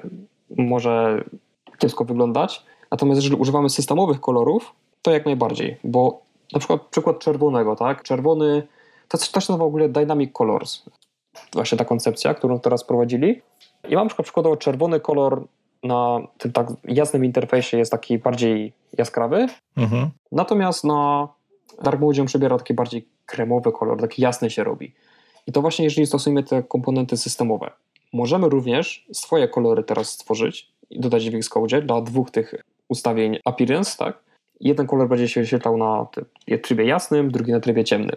może kiepsko wyglądać. Natomiast jeżeli używamy systemowych kolorów, to jak najbardziej, bo na przykład czerwonego, tak? Czerwony, to się nazywa w ogóle Dynamic Colors. Właśnie ta koncepcja, którą teraz prowadzili. I mam przykładowo czerwony kolor na tym tak jasnym interfejsie jest taki bardziej jaskrawy, natomiast na Dark Mode przybiera taki bardziej kremowy kolor, taki jasny się robi. I to właśnie jeżeli stosujemy te komponenty systemowe. Możemy również swoje kolory teraz stworzyć i dodać w Xcode dla dwóch tych ustawień appearance, tak? Jeden kolor będzie się wyświetlał na trybie jasnym, drugi na trybie ciemnym.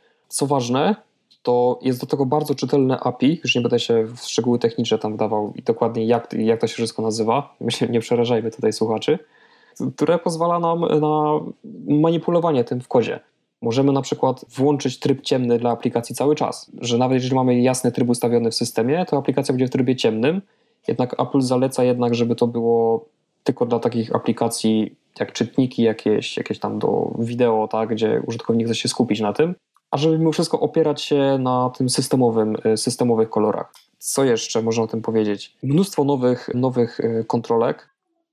Co ważne, to jest do tego bardzo czytelne API, już nie będę się w szczegóły techniczne tam wdawał i dokładnie jak to się wszystko nazywa, myślę, nie przerażajmy tutaj słuchaczy, które pozwala nam na manipulowanie tym w kodzie. Możemy na przykład włączyć tryb ciemny dla aplikacji cały czas, że nawet jeżeli mamy jasny tryb ustawiony w systemie, to aplikacja będzie w trybie ciemnym, jednak Apple zaleca jednak, żeby to było tylko dla takich aplikacji jak czytniki jakieś tam do wideo, tak, gdzie użytkownik chce się skupić na tym, a żeby mimo wszystko opierać się na tym systemowych kolorach. Co jeszcze można o tym powiedzieć? Mnóstwo nowych kontrolek.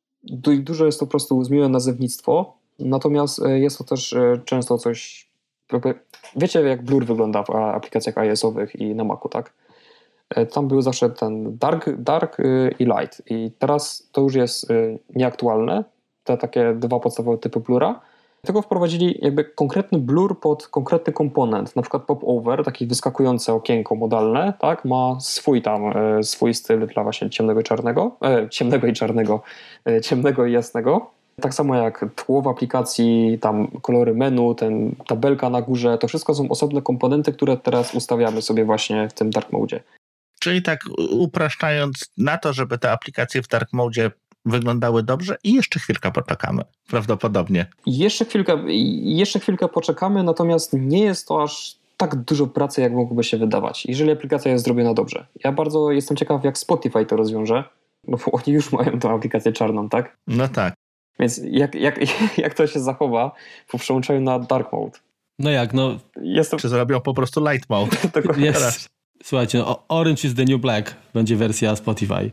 Dużo jest to po prostu zmienione nazewnictwo, natomiast jest to też często coś... Wiecie, jak Blur wygląda w aplikacjach iOS-owych i na Macu, tak? Tam był zawsze ten dark i light i teraz to już jest nieaktualne, te takie dwa podstawowe typy blura. Tego wprowadzili jakby konkretny blur pod konkretny komponent, na przykład pop-over, takie wyskakujące okienko modalne, tak, ma swój styl dla właśnie ciemnego i jasnego. Tak samo jak tło w aplikacji, tam kolory menu, ta belka na górze, to wszystko są osobne komponenty, które teraz ustawiamy sobie właśnie w tym Dark Mode. Czyli tak upraszczając, na to, żeby te aplikacje w Dark Mode wyglądały dobrze i jeszcze chwilkę poczekamy, prawdopodobnie. Jeszcze chwilkę poczekamy, natomiast nie jest to aż tak dużo pracy, jak mogłoby się wydawać, jeżeli aplikacja jest zrobiona dobrze. Ja bardzo jestem ciekaw, jak Spotify to rozwiąże, bo oni już mają tą aplikację czarną, tak? No tak. Więc jak to się zachowa po przełączeniu na Dark Mode? No jak, no... Czy zrobią po prostu Light Mode? Yes. Słuchajcie, no, Orange is the New Black będzie wersja Spotify.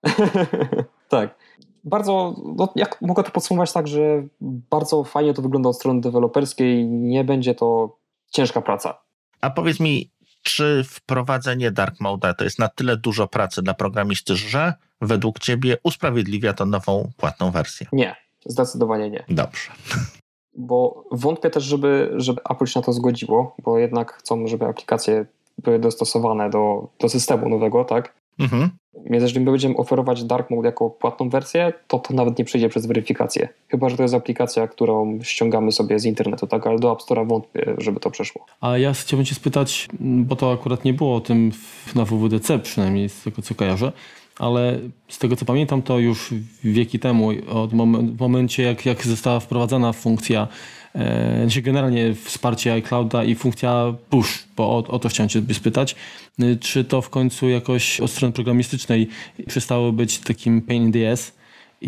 Tak. Bardzo, jak mogę to podsumować tak, że bardzo fajnie to wygląda od strony deweloperskiej, nie będzie to ciężka praca. A powiedz mi, czy wprowadzenie Dark Mode'a to jest na tyle dużo pracy dla programisty, że według ciebie usprawiedliwia to nową płatną wersję? Nie, zdecydowanie nie. Dobrze. Bo wątpię też, żeby Apple się na to zgodziło, bo jednak chcą, żeby aplikacje były dostosowane do systemu nowego, tak? Mhm. Więc jeżeli będziemy oferować Dark Mode jako płatną wersję, to nawet nie przejdzie przez weryfikację. Chyba że to jest aplikacja, którą ściągamy sobie z internetu, tak? Ale do App Store'a wątpię, żeby to przeszło. A ja chciałbym cię spytać, bo to akurat nie było o tym na WWDC, przynajmniej z tego co kojarzę, ale z tego co pamiętam, to już wieki temu, w momencie jak została wprowadzana funkcja, generalnie wsparcie iClouda i funkcja push, bo o to chciałem cię spytać, czy to w końcu jakoś od strony programistycznej przestało być takim pain in the ass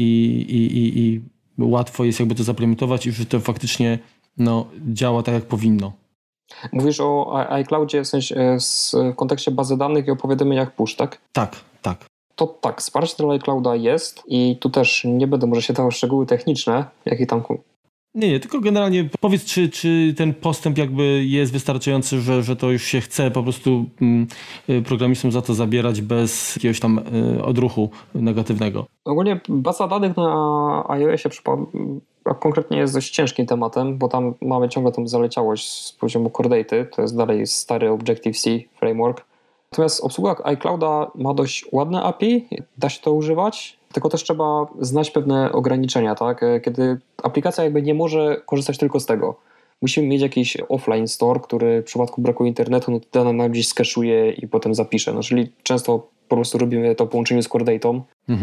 i łatwo jest jakby to zaimplementować i że to faktycznie działa tak jak powinno. Mówisz o iCloudzie w sensie w kontekście bazy danych i o powiadomieniach push, tak? Tak. To tak, wsparcie dla iClouda jest i tu też nie będę może się dawał szczegóły techniczne, jakie tam... Nie, tylko generalnie powiedz, czy ten postęp jakby jest wystarczający, że to już się chce po prostu programistom za to zabierać bez jakiegoś tam odruchu negatywnego. Ogólnie baza danych na iOSie konkretnie jest dość ciężkim tematem, bo tam mamy ciągle tą zaleciałość z poziomu Core Data, to jest dalej stary Objective-C framework. Natomiast obsługa iClouda ma dość ładne API, da się to używać, tylko też trzeba znać pewne ograniczenia, tak? Kiedy aplikacja jakby nie może korzystać tylko z tego. Musimy mieć jakiś offline store, który w przypadku braku internetu dane nam gdzieś skaszuje i potem zapisze. No, czyli często po prostu robimy to w połączeniu z Core Datą.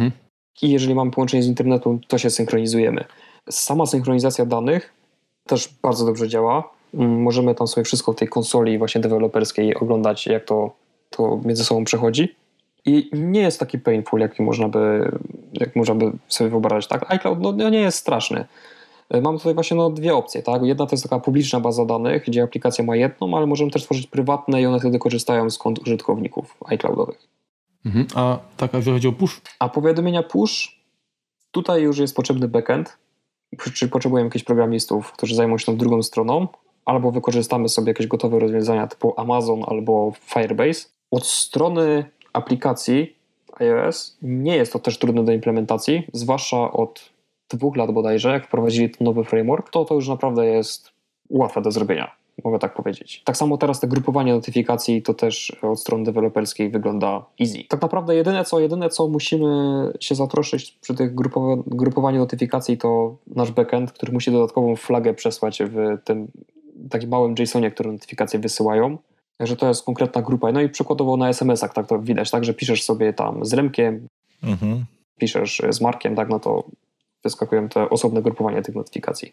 i jeżeli mamy połączenie z internetu, to się synchronizujemy. Sama synchronizacja danych też bardzo dobrze działa. Możemy tam sobie wszystko w tej konsoli właśnie deweloperskiej oglądać, jak to między sobą przechodzi. I nie jest taki painful, jak można by sobie wyobrazić. Tak? iCloud nie jest straszny. Mamy tutaj właśnie dwie opcje. Tak? Jedna to jest taka publiczna baza danych, gdzie aplikacja ma jedną, ale możemy też tworzyć prywatne i one wtedy korzystają z kont użytkowników iCloudowych. A tak, jeżeli chodzi o push? A powiadomienia push, tutaj już jest potrzebny backend, czyli potrzebujemy jakichś programistów, którzy zajmą się tą drugą stroną, albo wykorzystamy sobie jakieś gotowe rozwiązania typu Amazon albo Firebase. Od strony aplikacji iOS nie jest to też trudne do implementacji, zwłaszcza od 2 lat bodajże, jak wprowadzili ten nowy framework, to już naprawdę jest łatwe do zrobienia, mogę tak powiedzieć. Tak samo teraz te grupowanie notyfikacji to też od strony deweloperskiej wygląda easy. Tak naprawdę jedyne co musimy się zatroszczyć przy tych grupowaniu notyfikacji to nasz backend, który musi dodatkową flagę przesłać w tym takim małym JSONie, który notyfikacje wysyłają. Także to jest konkretna grupa. No i przykładowo na SMS-ach tak to widać, tak, że piszesz sobie tam z Remkiem, piszesz z Markiem, tak, no to wyskakują te osobne grupowania tych notyfikacji.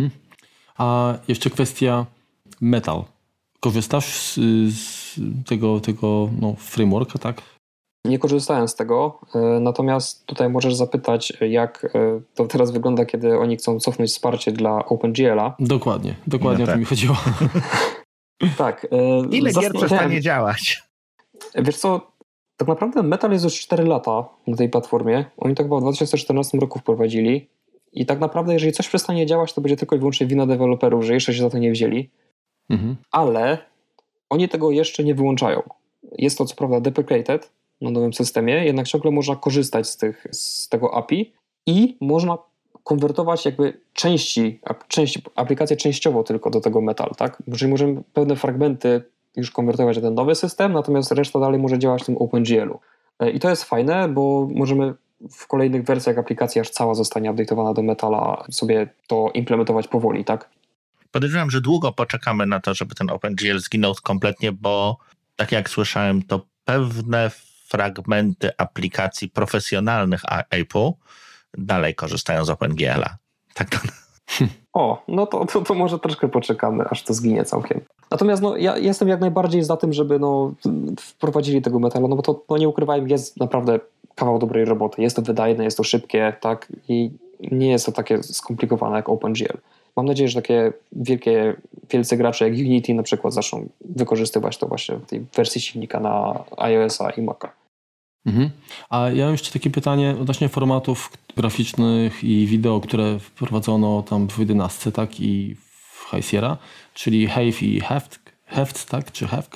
A jeszcze kwestia Metal. Korzystasz z tego frameworka, tak? Nie korzystałem z tego, natomiast tutaj możesz zapytać, jak to teraz wygląda, kiedy oni chcą cofnąć wsparcie dla OpenGL-a. Dokładnie o to mi chodziło. Tak. Ile gier przestanie działać? Wiesz co, tak naprawdę Metal jest już 4 lata na tej platformie. Oni to chyba w 2014 roku wprowadzili i tak naprawdę jeżeli coś przestanie działać, to będzie tylko i wyłącznie wina deweloperów, że jeszcze się za to nie wzięli. Ale oni tego jeszcze nie wyłączają. Jest to co prawda deprecated na nowym systemie, jednak ciągle można korzystać z tego API i można konwertować jakby aplikacje częściowo tylko do tego Metal, tak? Czyli możemy pewne fragmenty już konwertować na ten nowy system, natomiast reszta dalej może działać w tym OpenGL-u. I to jest fajne, bo możemy w kolejnych wersjach aplikacji, aż cała zostanie update'owana do Metala, sobie to implementować powoli, tak? Podejrzewam, że długo poczekamy na to, żeby ten OpenGL zginął kompletnie, bo tak jak słyszałem, to pewne fragmenty aplikacji profesjonalnych Apple dalej korzystają z OpenGL-a. Tak to... No to może troszkę poczekamy, aż to zginie całkiem. Natomiast ja jestem jak najbardziej za tym, żeby wprowadzili tego Metala, bo to nie ukrywajmy, jest naprawdę kawał dobrej roboty. Jest to wydajne, jest to szybkie, tak? I nie jest to takie skomplikowane jak OpenGL. Mam nadzieję, że takie wielcy gracze jak Unity na przykład zaczną wykorzystywać to właśnie w tej wersji silnika na iOS-a i Maca. A ja mam jeszcze takie pytanie odnośnie formatów graficznych i wideo, które wprowadzono tam w 11, tak, i w High Sierra, czyli Have i Heft, tak, czy Heft?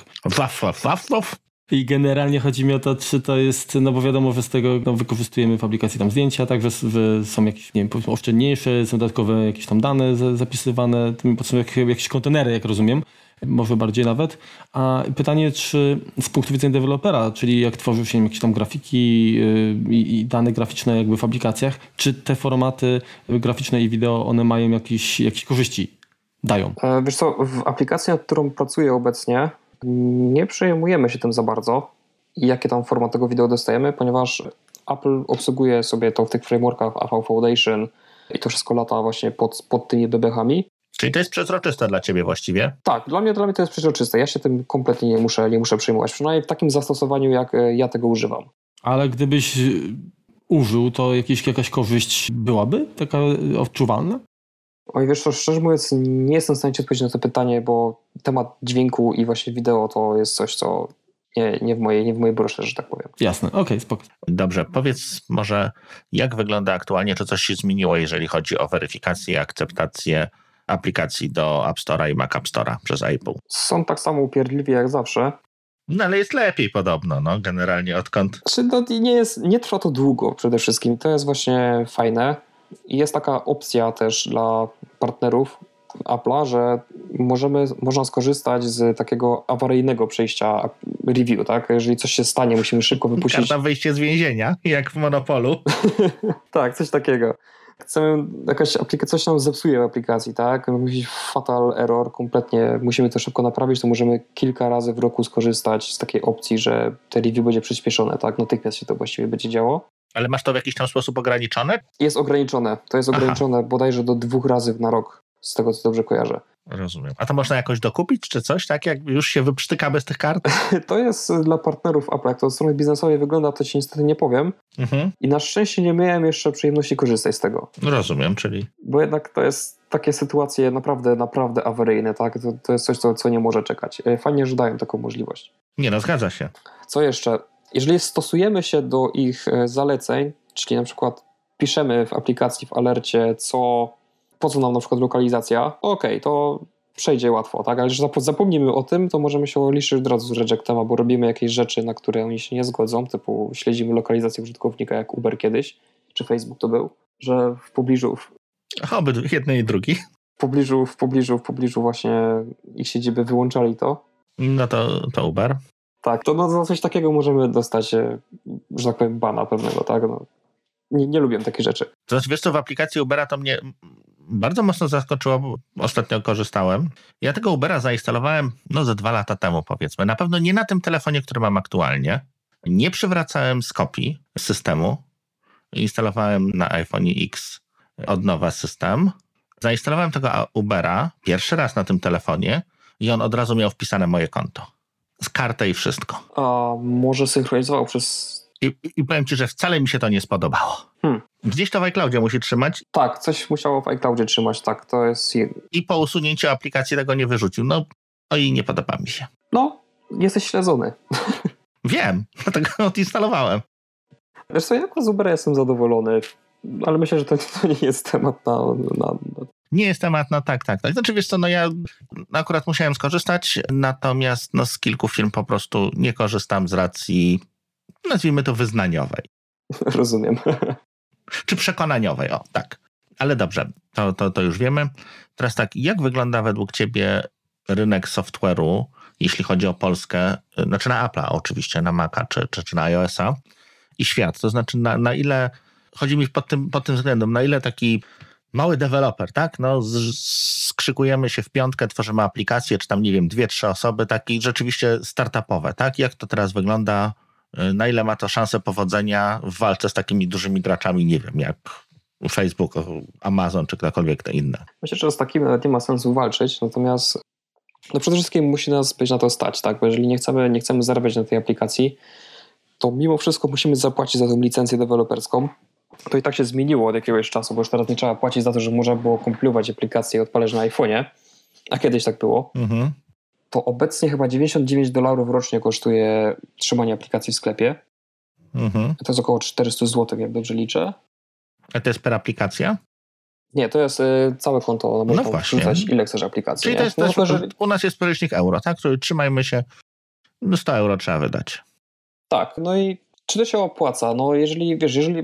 I generalnie chodzi mi o to, czy to jest, bo wiadomo, że z tego wykorzystujemy w aplikacji tam zdjęcia, tak, że są jakieś, nie wiem, oszczędniejsze, są dodatkowe jakieś tam dane zapisywane, są jakieś kontenery, jak rozumiem, może bardziej nawet. A pytanie, czy z punktu widzenia dewelopera, czyli jak tworzy się jakieś tam grafiki i dane graficzne jakby w aplikacjach, czy te formaty graficzne i wideo, one mają jakieś korzyści? Dają? Wiesz co, w aplikacji, nad którą pracuję obecnie, nie przejmujemy się tym za bardzo, jakie tam format tego wideo dostajemy, ponieważ Apple obsługuje sobie to w tych frameworkach Apple Foundation i to wszystko lata właśnie pod tymi bebechami. Czyli to jest przezroczyste dla ciebie właściwie? Tak, dla mnie to jest przezroczyste. Ja się tym kompletnie nie muszę przejmować. Przynajmniej w takim zastosowaniu, jak ja tego używam. Ale gdybyś użył, to jakaś korzyść byłaby taka odczuwalna? Oj, wiesz co, szczerze mówiąc, nie jestem w stanie ci odpowiedzieć na to pytanie, bo temat dźwięku i właśnie wideo to jest coś, co nie w mojej brosze, że tak powiem. Jasne, okej, spoko. Dobrze, powiedz może, jak wygląda aktualnie, czy coś się zmieniło, jeżeli chodzi o weryfikację i akceptację aplikacji do App Store'a i Mac App Store'a przez Apple? Są tak samo upierdliwi jak zawsze. No ale jest lepiej podobno, generalnie odkąd... Nie trwa to długo przede wszystkim, to jest właśnie fajne. I jest taka opcja też dla partnerów Apple'a, że można skorzystać z takiego awaryjnego przejścia review, tak? Jeżeli coś się stanie, musimy szybko wypuścić... Karta wyjście z więzienia, jak w Monopolu. Tak, coś takiego. Chcemy coś nam zepsuje w aplikacji, tak? Musi fatal error, kompletnie musimy to szybko naprawić, to możemy kilka razy w roku skorzystać z takiej opcji, że te review będzie przyspieszone, tak? Natychmiast się to właściwie będzie działo. Ale masz to w jakiś tam sposób ograniczone? Jest ograniczone. To jest ograniczone bodajże do 2 razy na rok, z tego co dobrze kojarzę. Rozumiem. A to można jakoś dokupić, czy coś, tak? Jak już się wyprztyka bez tych kart? To jest dla partnerów Apple. Jak to od strony biznesowej wygląda, to ci niestety nie powiem. I na szczęście nie miałem jeszcze przyjemności korzystać z tego. Rozumiem, czyli... Bo jednak to jest takie sytuacje naprawdę, naprawdę awaryjne, tak? To jest coś, co nie może czekać. Fajnie, że dają taką możliwość. Nie, no zgadza się. Co jeszcze? Jeżeli stosujemy się do ich zaleceń, czyli na przykład piszemy w aplikacji, w alercie, po co nam na przykład lokalizacja, okej, to przejdzie łatwo, tak? Ale że zapomnimy o tym, to możemy się liczyć od razu z rejectem, albo robimy jakieś rzeczy, na które oni się nie zgodzą, typu śledzimy lokalizację użytkownika, jak Uber kiedyś, czy Facebook to był, że w pobliżu jednej i drugiej. w pobliżu właśnie ich siedziby wyłączali to. No to Uber. Tak, to za coś takiego możemy dostać, że tak powiem, bana pewnego, tak? No, nie lubię takich rzeczy. To znaczy, wiesz co, w aplikacji Ubera to mnie bardzo mocno zaskoczyło, bo ostatnio korzystałem. Ja tego Ubera zainstalowałem ze 2 lata temu, powiedzmy. Na pewno nie na tym telefonie, który mam aktualnie. Nie przywracałem z kopii systemu. Instalowałem na iPhone X od nowa system. Zainstalowałem tego Ubera pierwszy raz na tym telefonie i on od razu miał wpisane moje konto. Z kartę i wszystko. A może synchronizował przez... I powiem ci, że wcale mi się to nie spodobało. Gdzieś to w iCloudzie musi trzymać. Tak, coś musiało w iCloudzie trzymać, tak, to jest... I po usunięciu aplikacji tego nie wyrzucił. I nie podoba mi się. Jesteś śledzony. Wiem, dlatego odinstalowałem. Wiesz co, ja z Ubera jestem zadowolony, ale myślę, że to nie jest temat na... Nie jest temat, tak. Znaczy, wiesz co, ja akurat musiałem skorzystać, natomiast z kilku firm po prostu nie korzystam z racji, nazwijmy to, wyznaniowej. Rozumiem. Czy przekonaniowej, tak. Ale dobrze, to już wiemy. Teraz tak, jak wygląda według ciebie rynek software'u, jeśli chodzi o Polskę, znaczy na Apple'a oczywiście, na Maca czy na iOS-a i świat, to znaczy na ile, chodzi mi pod tym względem, na ile taki mały deweloper, tak? Skrzykujemy się w piątkę, tworzymy aplikacje, czy tam, nie wiem, 2-3 osoby, takie rzeczywiście startupowe, tak? Jak to teraz wygląda? Na ile ma to szansę powodzenia w walce z takimi dużymi graczami, nie wiem, jak Facebook, Amazon, czy ktokolwiek to inne? Myślę, że z takim nawet nie ma sensu walczyć, natomiast przede wszystkim musi nas być na to stać, tak? Bo jeżeli nie chcemy zarabiać na tej aplikacji, to mimo wszystko musimy zapłacić za tę licencję deweloperską. To i tak się zmieniło od jakiegoś czasu, bo już teraz nie trzeba płacić za to, że można było kompilować aplikację i odpalać na iPhone'ie, a kiedyś tak było. To obecnie chyba $99 rocznie kosztuje trzymanie aplikacji w sklepie. To jest około 400 zł, jak dobrze liczę. A to jest per aplikacja? Nie, to jest całe konto. Można wrzucać ile chcesz aplikacji. Czyli to jest u nas jest porycznik euro, tak? Który trzymajmy się, 100 euro trzeba wydać. Tak, i czy to się opłaca? Jeżeli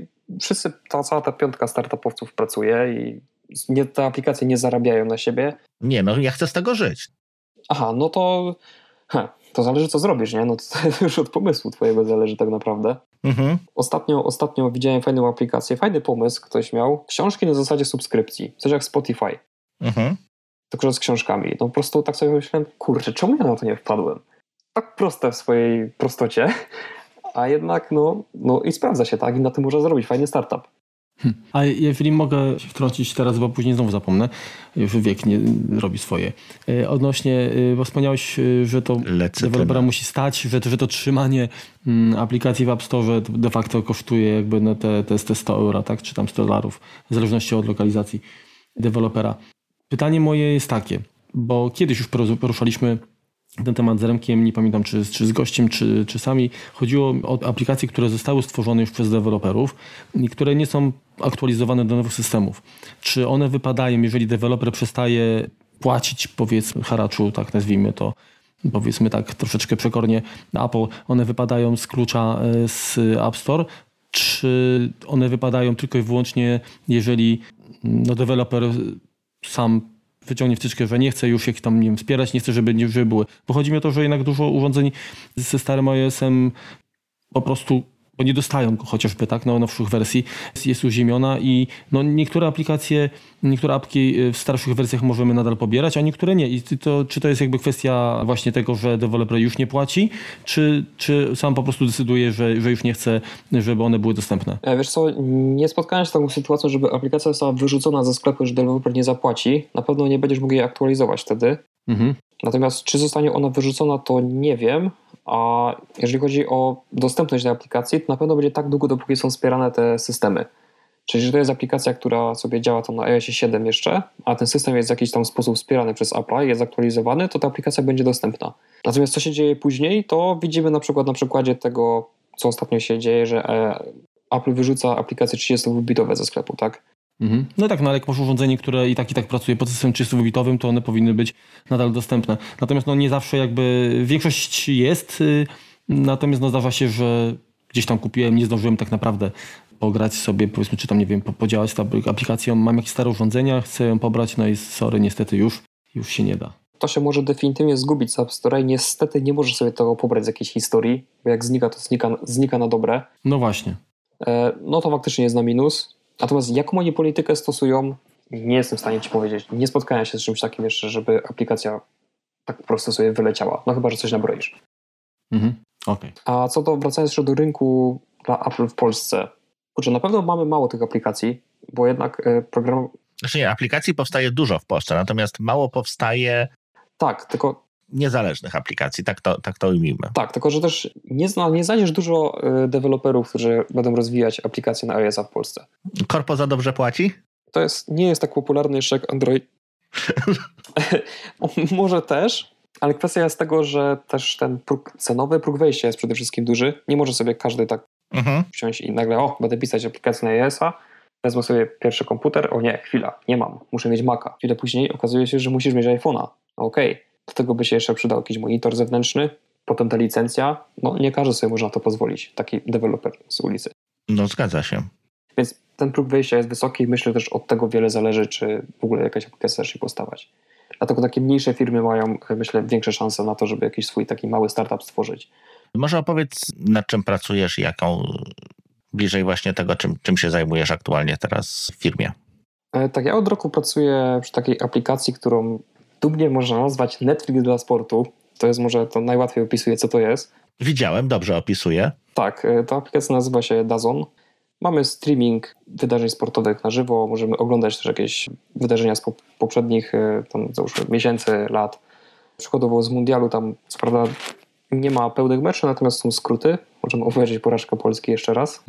cała ta piątka startupowców pracuje i te aplikacje nie zarabiają na siebie. Nie, ja chcę z tego żyć. Aha, to zależy, co zrobisz, nie? To już od pomysłu twojego zależy tak naprawdę. Ostatnio widziałem fajną aplikację, fajny pomysł ktoś miał. Książki na zasadzie subskrypcji, coś jak Spotify. Tylko, że z książkami. Po prostu tak sobie myślałem, kurczę, czemu ja na to nie wpadłem? Tak proste w swojej prostocie, a jednak i sprawdza się, tak? I na tym można zrobić fajny startup. A jeżeli mogę się wtrącić teraz, bo później znowu zapomnę, już wiek nie robi swoje. Odnośnie, bo wspomniałeś, że to dewelopera musi stać, że to trzymanie aplikacji w App Store de facto kosztuje jakby te 100 euro, tak? Czy tam $100, w zależności od lokalizacji dewelopera. Pytanie moje jest takie, bo kiedyś już poruszaliśmy ten temat z Remkiem, nie pamiętam czy z gościem, czy sami. Chodziło o aplikacje, które zostały stworzone już przez deweloperów i które nie są aktualizowane do nowych systemów. Czy one wypadają, jeżeli deweloper przestaje płacić, powiedzmy, haraczu, tak nazwijmy to, powiedzmy tak troszeczkę przekornie, na Apple, one wypadają z klucza z App Store, czy one wypadają tylko i wyłącznie, jeżeli deweloper sam wyciągnie wtyczkę, że nie chce już jak tam, nie wiem, wspierać, nie chce, żeby były. Bo chodzi mi o to, że jednak dużo urządzeń ze starym iOS-em po prostu bo nie dostają go chociażby tak, nowszych wersji, jest uziemiona i niektóre aplikacje, niektóre apki w starszych wersjach możemy nadal pobierać, a niektóre nie. I czy to jest jakby kwestia właśnie tego, że deweloper już nie płaci, czy sam po prostu decyduje, że już nie chce, żeby one były dostępne? Wiesz co, nie spotkałem się z taką sytuacją, żeby aplikacja została wyrzucona ze sklepu, że deweloper nie zapłaci. Na pewno nie będziesz mógł jej aktualizować wtedy. Natomiast czy zostanie ona wyrzucona, to nie wiem. A jeżeli chodzi o dostępność tej aplikacji, to na pewno będzie tak długo, dopóki są wspierane te systemy. Czyli, że to jest aplikacja, która sobie działa tam na iOS 7 jeszcze, a ten system jest w jakiś tam sposób wspierany przez Apple'a i jest aktualizowany, to ta aplikacja będzie dostępna. Natomiast co się dzieje później, to widzimy na przykładzie tego, co ostatnio się dzieje, że Apple wyrzuca aplikacje 30-bitowe ze sklepu, tak? No tak, ale jak masz urządzenie, które i tak pracuje pod systemem 30-bitowym, to one powinny być nadal dostępne. Natomiast nie zawsze jakby większość jest, natomiast zdarza się, że gdzieś tam kupiłem, nie zdążyłem tak naprawdę pograć sobie, powiedzmy, czy tam, nie wiem, podziałać z tą aplikacją, mam jakieś stare urządzenia, chcę ją pobrać, i sorry, niestety już się nie da. To się może definitywnie zgubić z App Store i niestety nie możesz sobie tego pobrać z jakiejś historii, bo jak znika, to znika na dobre. No właśnie. No to faktycznie jest na minus. Natomiast jaką oni politykę stosują, nie jestem w stanie ci powiedzieć. Nie spotkałem się z czymś takim jeszcze, żeby aplikacja tak po prostu sobie wyleciała. No chyba, że coś nabroisz. Okay. A co to, wracając jeszcze do rynku dla Apple w Polsce. Kurczę, na pewno mamy mało tych aplikacji, bo jednak program... Znaczy nie, aplikacji powstaje dużo w Polsce, natomiast mało powstaje... Tak, tylko... niezależnych aplikacji, tak to ujmijmy. Tak, tylko że też nie znajdziesz dużo deweloperów, którzy będą rozwijać aplikacje na iOS-a w Polsce. Korpo za dobrze płaci? To nie jest tak popularny jeszcze jak Android. Może też, ale kwestia jest tego, że też ten cenowy próg wejścia jest przede wszystkim duży. Nie może sobie każdy tak wziąć i nagle, będę pisać aplikację na iOS-a, wezmę sobie pierwszy komputer, nie, chwila, nie mam, muszę mieć Maca. Chwilę później okazuje się, że musisz mieć iPhone'a. Okej. Do tego by się jeszcze przydał jakiś monitor zewnętrzny, potem ta licencja. Nie każdy sobie może na to pozwolić, taki deweloper z ulicy. No zgadza się. Więc ten próg wejścia jest wysoki i myślę, że też od tego wiele zależy, czy w ogóle jakaś aplikacja zacznie powstawać. Dlatego takie mniejsze firmy mają, myślę, większe szanse na to, żeby jakiś swój taki mały startup stworzyć. Może opowiedz, nad czym pracujesz i jaką bliżej właśnie tego, czym się zajmujesz aktualnie teraz w firmie. Tak, ja od roku pracuję przy takiej aplikacji, którą dumnie można nazwać Netflix dla sportu. To jest może, to najłatwiej opisuje, co to jest. Widziałem, dobrze opisuje. Tak, ta aplikacja nazywa się DAZN. Mamy streaming wydarzeń sportowych na żywo, możemy oglądać też jakieś wydarzenia z poprzednich tam, załóżmy, miesięcy, lat. Przykładowo z mundialu tam co prawda nie ma pełnych meczów, natomiast są skróty. Możemy obejrzeć porażkę Polski jeszcze raz.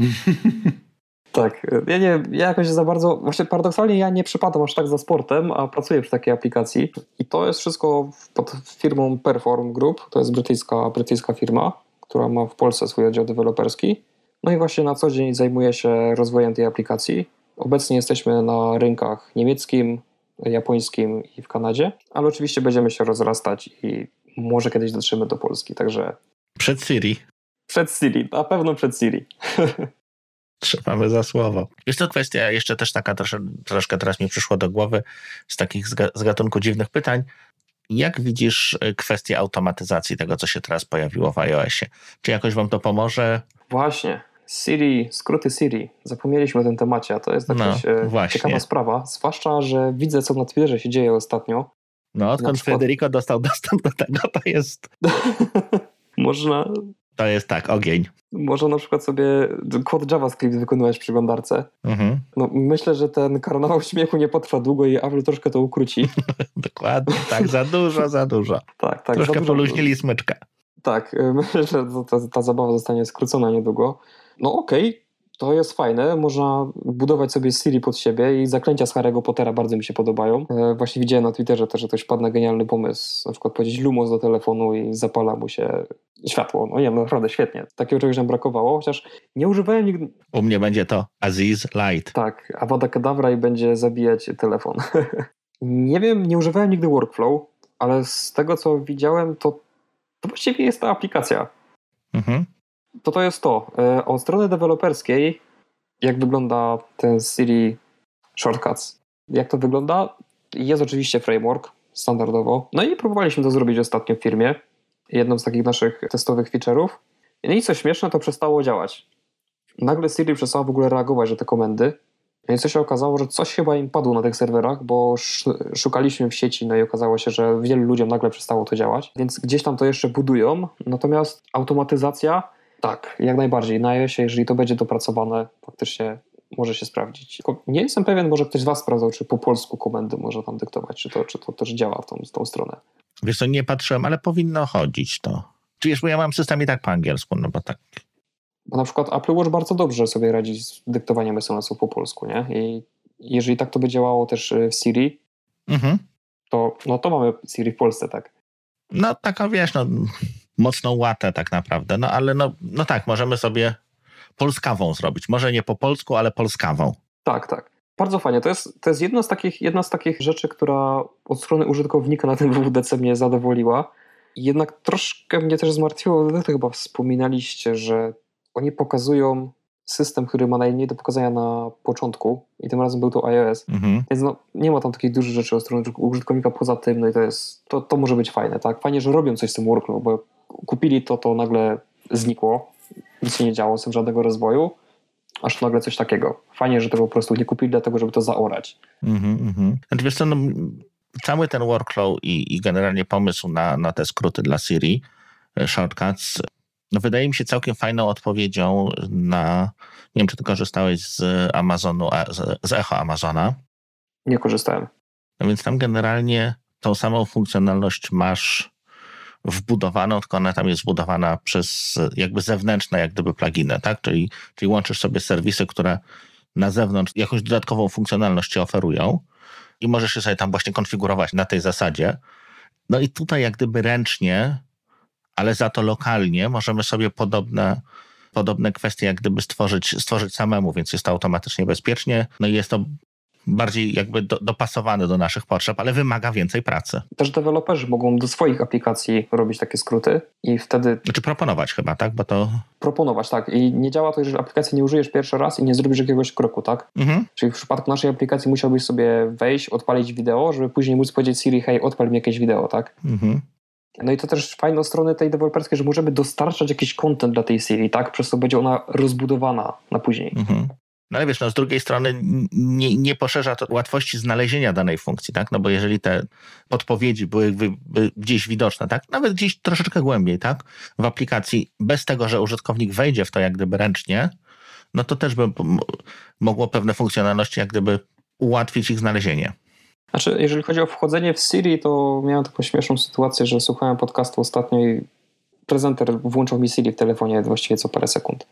Tak, ja jakoś za bardzo, właśnie paradoksalnie ja nie przypadam aż tak za sportem, a pracuję przy takiej aplikacji i to jest wszystko pod firmą Perform Group, to jest brytyjska firma, która ma w Polsce swój oddział deweloperski. No i właśnie na co dzień zajmuję się rozwojem tej aplikacji. Obecnie jesteśmy na rynkach niemieckim, japońskim i w Kanadzie, ale oczywiście będziemy się rozrastać i może kiedyś dotrzemy do Polski, także... Przed Siri. Przed Siri, na pewno przed Siri. Trzymamy za słowo. Jest to kwestia jeszcze też taka troszkę teraz mi przyszło do głowy z takich z gatunku dziwnych pytań. Jak widzisz kwestię automatyzacji tego, co się teraz pojawiło w iOSie? Czy jakoś wam to pomoże? Właśnie. Siri, skróty Siri. Zapomnieliśmy o tym temacie, a to jest jakaś ciekawa sprawa. Zwłaszcza, że widzę, co na Twitterze się dzieje ostatnio. No, odkąd Federico dostał dostęp do tego, to jest... Można... To jest tak, ogień. Można na przykład sobie kod JavaScript wykonywać w przeglądarce. No, myślę, że ten karnawał śmiechu nie potrwa długo i Apple troszkę to ukróci. Dokładnie, tak, za dużo. Tak, troszkę poluźnili smyczkę. Tak, myślę, że ta zabawa zostanie skrócona niedługo. No okej, to jest fajne, można budować sobie Siri pod siebie i zaklęcia z Harry'ego Pottera bardzo mi się podobają. Właśnie widziałem na Twitterze też, że ktoś wpadł na genialny pomysł, na przykład powiedzieć Lumos do telefonu i zapala mu się światło. No nie, naprawdę świetnie. Takiego czegoś nam brakowało, chociaż nie używałem nigdy... U mnie będzie to Aziz Light. Tak, Avada Kedavra i będzie zabijać telefon. Nie wiem, nie używałem nigdy Workflow, ale z tego co widziałem, to właściwie jest ta aplikacja. To jest to. Od strony deweloperskiej, jak wygląda ten Siri Shortcuts. Jak to wygląda? Jest oczywiście framework standardowo. No i próbowaliśmy to zrobić ostatnio w firmie. Jedną z takich naszych testowych feature'ów. No i co śmieszne, to przestało działać. nagle Siri przestała w ogóle reagować na te komendy. I co się okazało, że coś chyba im padło na tych serwerach, bo szukaliśmy w sieci, no i okazało się, że wielu ludziom nagle przestało to działać, więc gdzieś tam to jeszcze budują, natomiast automatyzacja, tak, jak najbardziej. Na iOSie, jeżeli to będzie dopracowane, faktycznie może się sprawdzić. Tylko nie jestem pewien, może ktoś z was sprawdzał, czy po polsku komendy można tam dyktować, czy to też działa w tą stronę. Wiesz co, nie patrzyłem, ale powinno chodzić to. Czy wiesz, bo ja mam system i tak po angielsku, no bo tak. Bo na przykład Apple Watch bardzo dobrze sobie radzi z dyktowaniem SMS-ów po polsku, nie? I jeżeli tak to by działało też w Siri, to mamy Siri w Polsce, tak? No taka, wiesz, no mocno łatę tak naprawdę, no ale no tak, możemy sobie polskawą zrobić. Może nie po polsku, ale polskawą. Tak. Bardzo fajnie. To jest jedna z takich rzeczy, która od strony użytkownika na tym WWDC mnie zadowoliła. Jednak troszkę mnie też zmartwiło, wy to chyba wspominaliście, że oni pokazują system, który ma najmniej do pokazania na początku i tym razem był to iOS. Więc nie ma tam takich dużych rzeczy od strony użytkownika poza tym, no i to może być fajne, tak? Fajnie, że robią coś z tym workflow, bo kupili to nagle znikło, nic się nie działo, z tym żadnego rozwoju, aż nagle coś takiego. Fajnie, że tego po prostu nie kupili dlatego, żeby to zaorać. Znaczy, wiesz co, cały ten workflow i generalnie pomysł na te skróty dla Siri, shortcuts, wydaje mi się całkiem fajną odpowiedzią na, nie wiem, czy ty korzystałeś z Amazonu, z Echo Amazona. Nie korzystałem. No więc tam generalnie tą samą funkcjonalność masz wbudowaną, tylko ona tam jest wbudowana przez jakby zewnętrzne jak gdyby pluginy, tak? Czyli łączysz sobie serwisy, które na zewnątrz jakąś dodatkową funkcjonalność ci oferują i możesz się sobie tam właśnie konfigurować na tej zasadzie. No i tutaj jak gdyby ręcznie, ale za to lokalnie możemy sobie podobne kwestie jak gdyby stworzyć samemu, więc jest to automatycznie bezpiecznie. No i jest to bardziej jakby dopasowane do naszych potrzeb, ale wymaga więcej pracy. Też deweloperzy mogą do swoich aplikacji robić takie skróty i wtedy... Znaczy proponować chyba, tak? Bo to... Proponować, tak. I nie działa to, jeżeli aplikacji nie użyjesz pierwszy raz i nie zrobisz jakiegoś kroku, tak? Czyli w przypadku naszej aplikacji musiałbyś sobie wejść, odpalić wideo, żeby później móc powiedzieć Siri, hej, odpal mi jakieś wideo, tak? No i to też fajne od strony tej deweloperskiej, że możemy dostarczać jakiś content dla tej Siri, tak? Przez to będzie ona rozbudowana na później. No ale wiesz, z drugiej strony nie poszerza to łatwości znalezienia danej funkcji, tak? No bo jeżeli te podpowiedzi były gdzieś widoczne, tak? Nawet gdzieś troszeczkę głębiej, tak? W aplikacji, bez tego, że użytkownik wejdzie w to jak gdyby ręcznie, no to też by mogło pewne funkcjonalności jak gdyby ułatwić ich znalezienie. Znaczy, jeżeli chodzi o wchodzenie w Siri, to miałem taką śmieszną sytuację, że słuchałem podcastu ostatnio i prezenter włączał mi Siri w telefonie właściwie co parę sekund.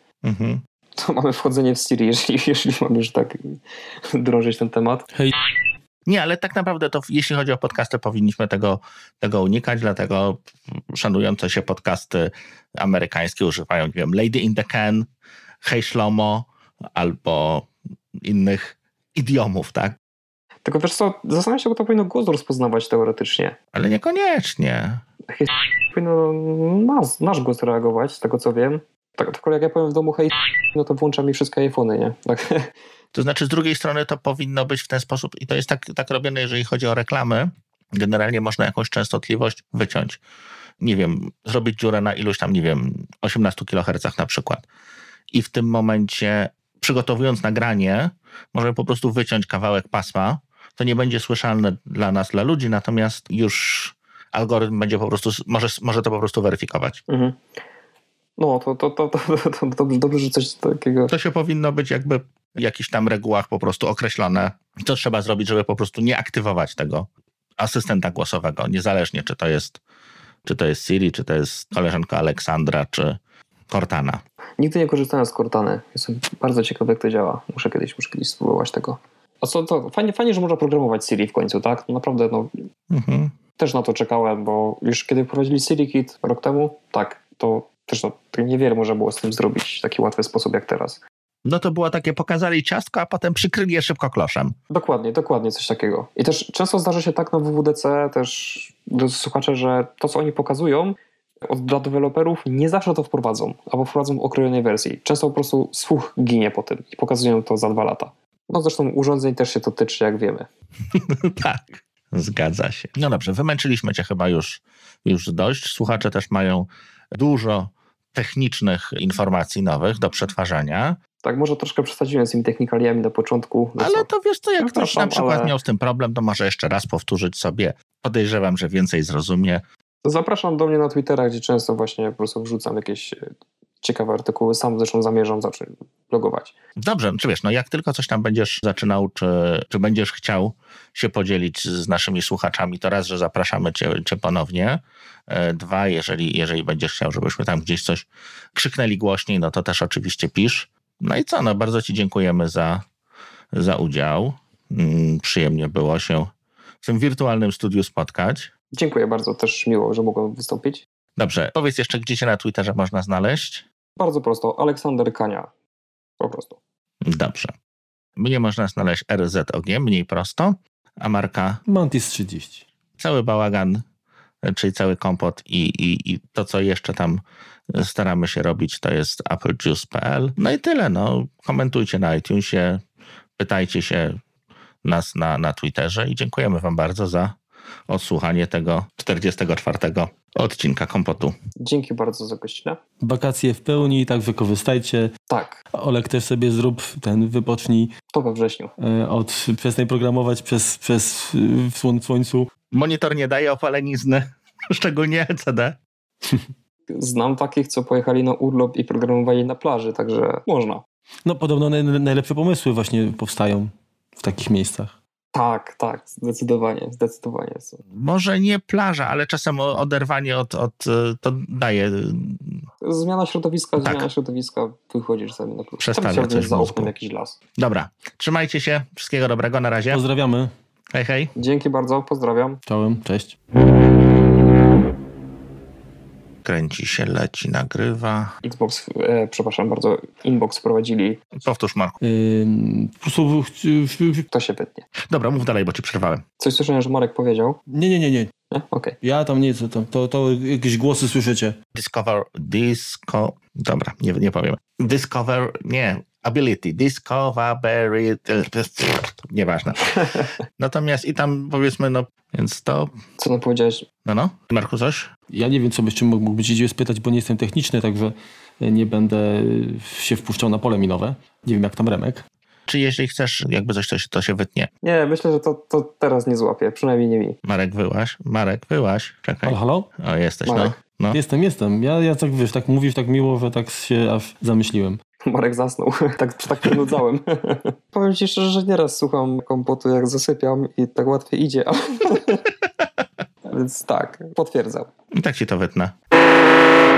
To mamy wchodzenie w Siri, jeżeli mamy już tak drążyć ten temat. Hej. Nie, ale tak naprawdę to jeśli chodzi o podcasty, powinniśmy tego unikać, dlatego szanujące się podcasty amerykańskie używają, nie wiem, Lady in the Can, Hej Shlomo albo innych idiomów, tak? Tylko wiesz co, zastanawiam się, bo to powinno głos rozpoznawać teoretycznie. Ale niekoniecznie. Powinno nasz głos reagować, z tego co wiem. Tak, tylko jak ja powiem w domu hej, no to włącza mi wszystkie iPhony, nie? Tak. To znaczy z drugiej strony to powinno być w ten sposób i to jest tak robione, jeżeli chodzi o reklamy. Generalnie można jakąś częstotliwość wyciąć. Nie wiem, zrobić dziurę na iluś tam, nie wiem, 18 kHz na przykład. I w tym momencie przygotowując nagranie, możemy po prostu wyciąć kawałek pasma. To nie będzie słyszalne dla nas, dla ludzi, natomiast już algorytm będzie po prostu, może to po prostu weryfikować. No, to dobrze, że coś takiego... To się powinno być jakby w jakichś tam regułach po prostu określone. Co trzeba zrobić, żeby po prostu nie aktywować tego asystenta głosowego, niezależnie czy to jest Siri, czy to jest koleżanka Aleksandra, czy Cortana. Nigdy nie korzystałem z Cortany. Jestem bardzo ciekawy, jak to działa. Muszę kiedyś spróbować tego. A co to? Fajnie, że można programować Siri w końcu, tak? Naprawdę, też na to czekałem, bo już kiedy wprowadzili Siri Kit rok temu, tak, to też niewiele można było z tym zrobić w taki łatwy sposób jak teraz. No to było takie, pokazali ciastko, a potem przykryli je szybko kloszem. Dokładnie coś takiego. I też często zdarza się tak na WWDC też do słuchaczy, że to, co oni pokazują dla deweloperów, nie zawsze to wprowadzą, albo wprowadzą w okrojonej wersji. Często po prostu słuch ginie po tym i pokazują to za 2 lata. No zresztą urządzeń też się to tyczy, jak wiemy. Tak, zgadza się. No dobrze, wymęczyliśmy cię chyba już dość. Słuchacze też mają dużo technicznych informacji nowych do przetwarzania. Tak, może troszkę przesadziłem z tymi technikaliami na początku. Ale to wiesz co, jak ktoś na przykład miał z tym problem, to może jeszcze raz powtórzyć sobie. Podejrzewam, że więcej zrozumie. Zapraszam do mnie na Twittera, gdzie często właśnie po prostu wrzucam jakieś ciekawe artykuły. Sam zresztą zamierzam zacząć blogować. Dobrze, czy wiesz, no jak tylko coś tam będziesz zaczynał, czy będziesz chciał się podzielić z naszymi słuchaczami, to raz, że zapraszamy cię ponownie. Dwa, jeżeli będziesz chciał, żebyśmy tam gdzieś coś krzyknęli głośniej, no to też oczywiście pisz. No i co, no bardzo ci dziękujemy za udział. Przyjemnie było się w tym wirtualnym studiu spotkać. Dziękuję bardzo, też miło, że mogłem wystąpić. Dobrze, powiedz jeszcze, gdzie cię na Twitterze można znaleźć? Bardzo prosto, Aleksander Kania. Po prostu. Dobrze. Mnie można znaleźć RZOG, mniej prosto, a Marka? Mantis 30. Cały bałagan, czyli cały kompot i to, co jeszcze tam staramy się robić, to jest applejuice.pl. No i tyle, no. Komentujcie na iTunesie, pytajcie się nas na Twitterze i dziękujemy wam bardzo za odsłuchanie tego 44. odcinka Kompotu. Dzięki bardzo za gościnę. Wakacje w pełni, tak wykorzystajcie. Tak. Olek też sobie zrób wypocznij. To we wrześniu. Przestań programować w słońcu. Monitor nie daje opalenizny, szczególnie LCD. Znam takich, co pojechali na urlop i programowali na plaży, także można. No podobno najlepsze pomysły właśnie powstają w takich miejscach. Tak, zdecydowanie. Może nie plaża, ale czasem oderwanie od to daje. Zmiana środowiska, wychodzisz sobie na plażę. Przestawia coś za oknem jakiś las. Dobra, trzymajcie się, wszystkiego dobrego, na razie. Pozdrawiamy. Hej, hej. Dzięki bardzo, pozdrawiam. Czołem, cześć. Kręci się, leci, nagrywa. Przepraszam bardzo, Inbox wprowadzili. Powtórz, Marku. Po prostu... To się wytnie. Dobra, mów dalej, bo ci przerwałem. Coś słyszałem, że Marek powiedział. Nie. Nie? Okej. Ja tam nie, co tam. To jakieś głosy słyszycie. Dobra, nie powiem. Nieważne. Natomiast i tam powiedzmy, no, więc to... Co nam powiedziałeś? No. Marku, coś? Ja nie wiem, co byś mógłby cię spytać, bo nie jestem techniczny, także nie będę się wpuszczał na pole minowe. Nie wiem, jak tam Remek. Czy jeśli chcesz, jakby coś, to się wytnie? Nie, myślę, że to teraz nie złapię, przynajmniej nie mi. Marek, wyłaś. Czekaj. Halo? O, jesteś, Marek. no. Jestem. Ja tak, wiesz, tak mówisz tak miło, że tak się aż zamyśliłem. Marek zasnął, tak przynudzałem. Powiem ci szczerze, że nieraz słucham Kompotu, jak zasypiam i tak łatwiej idzie. Więc tak, potwierdzam. I tak ci to wytnę.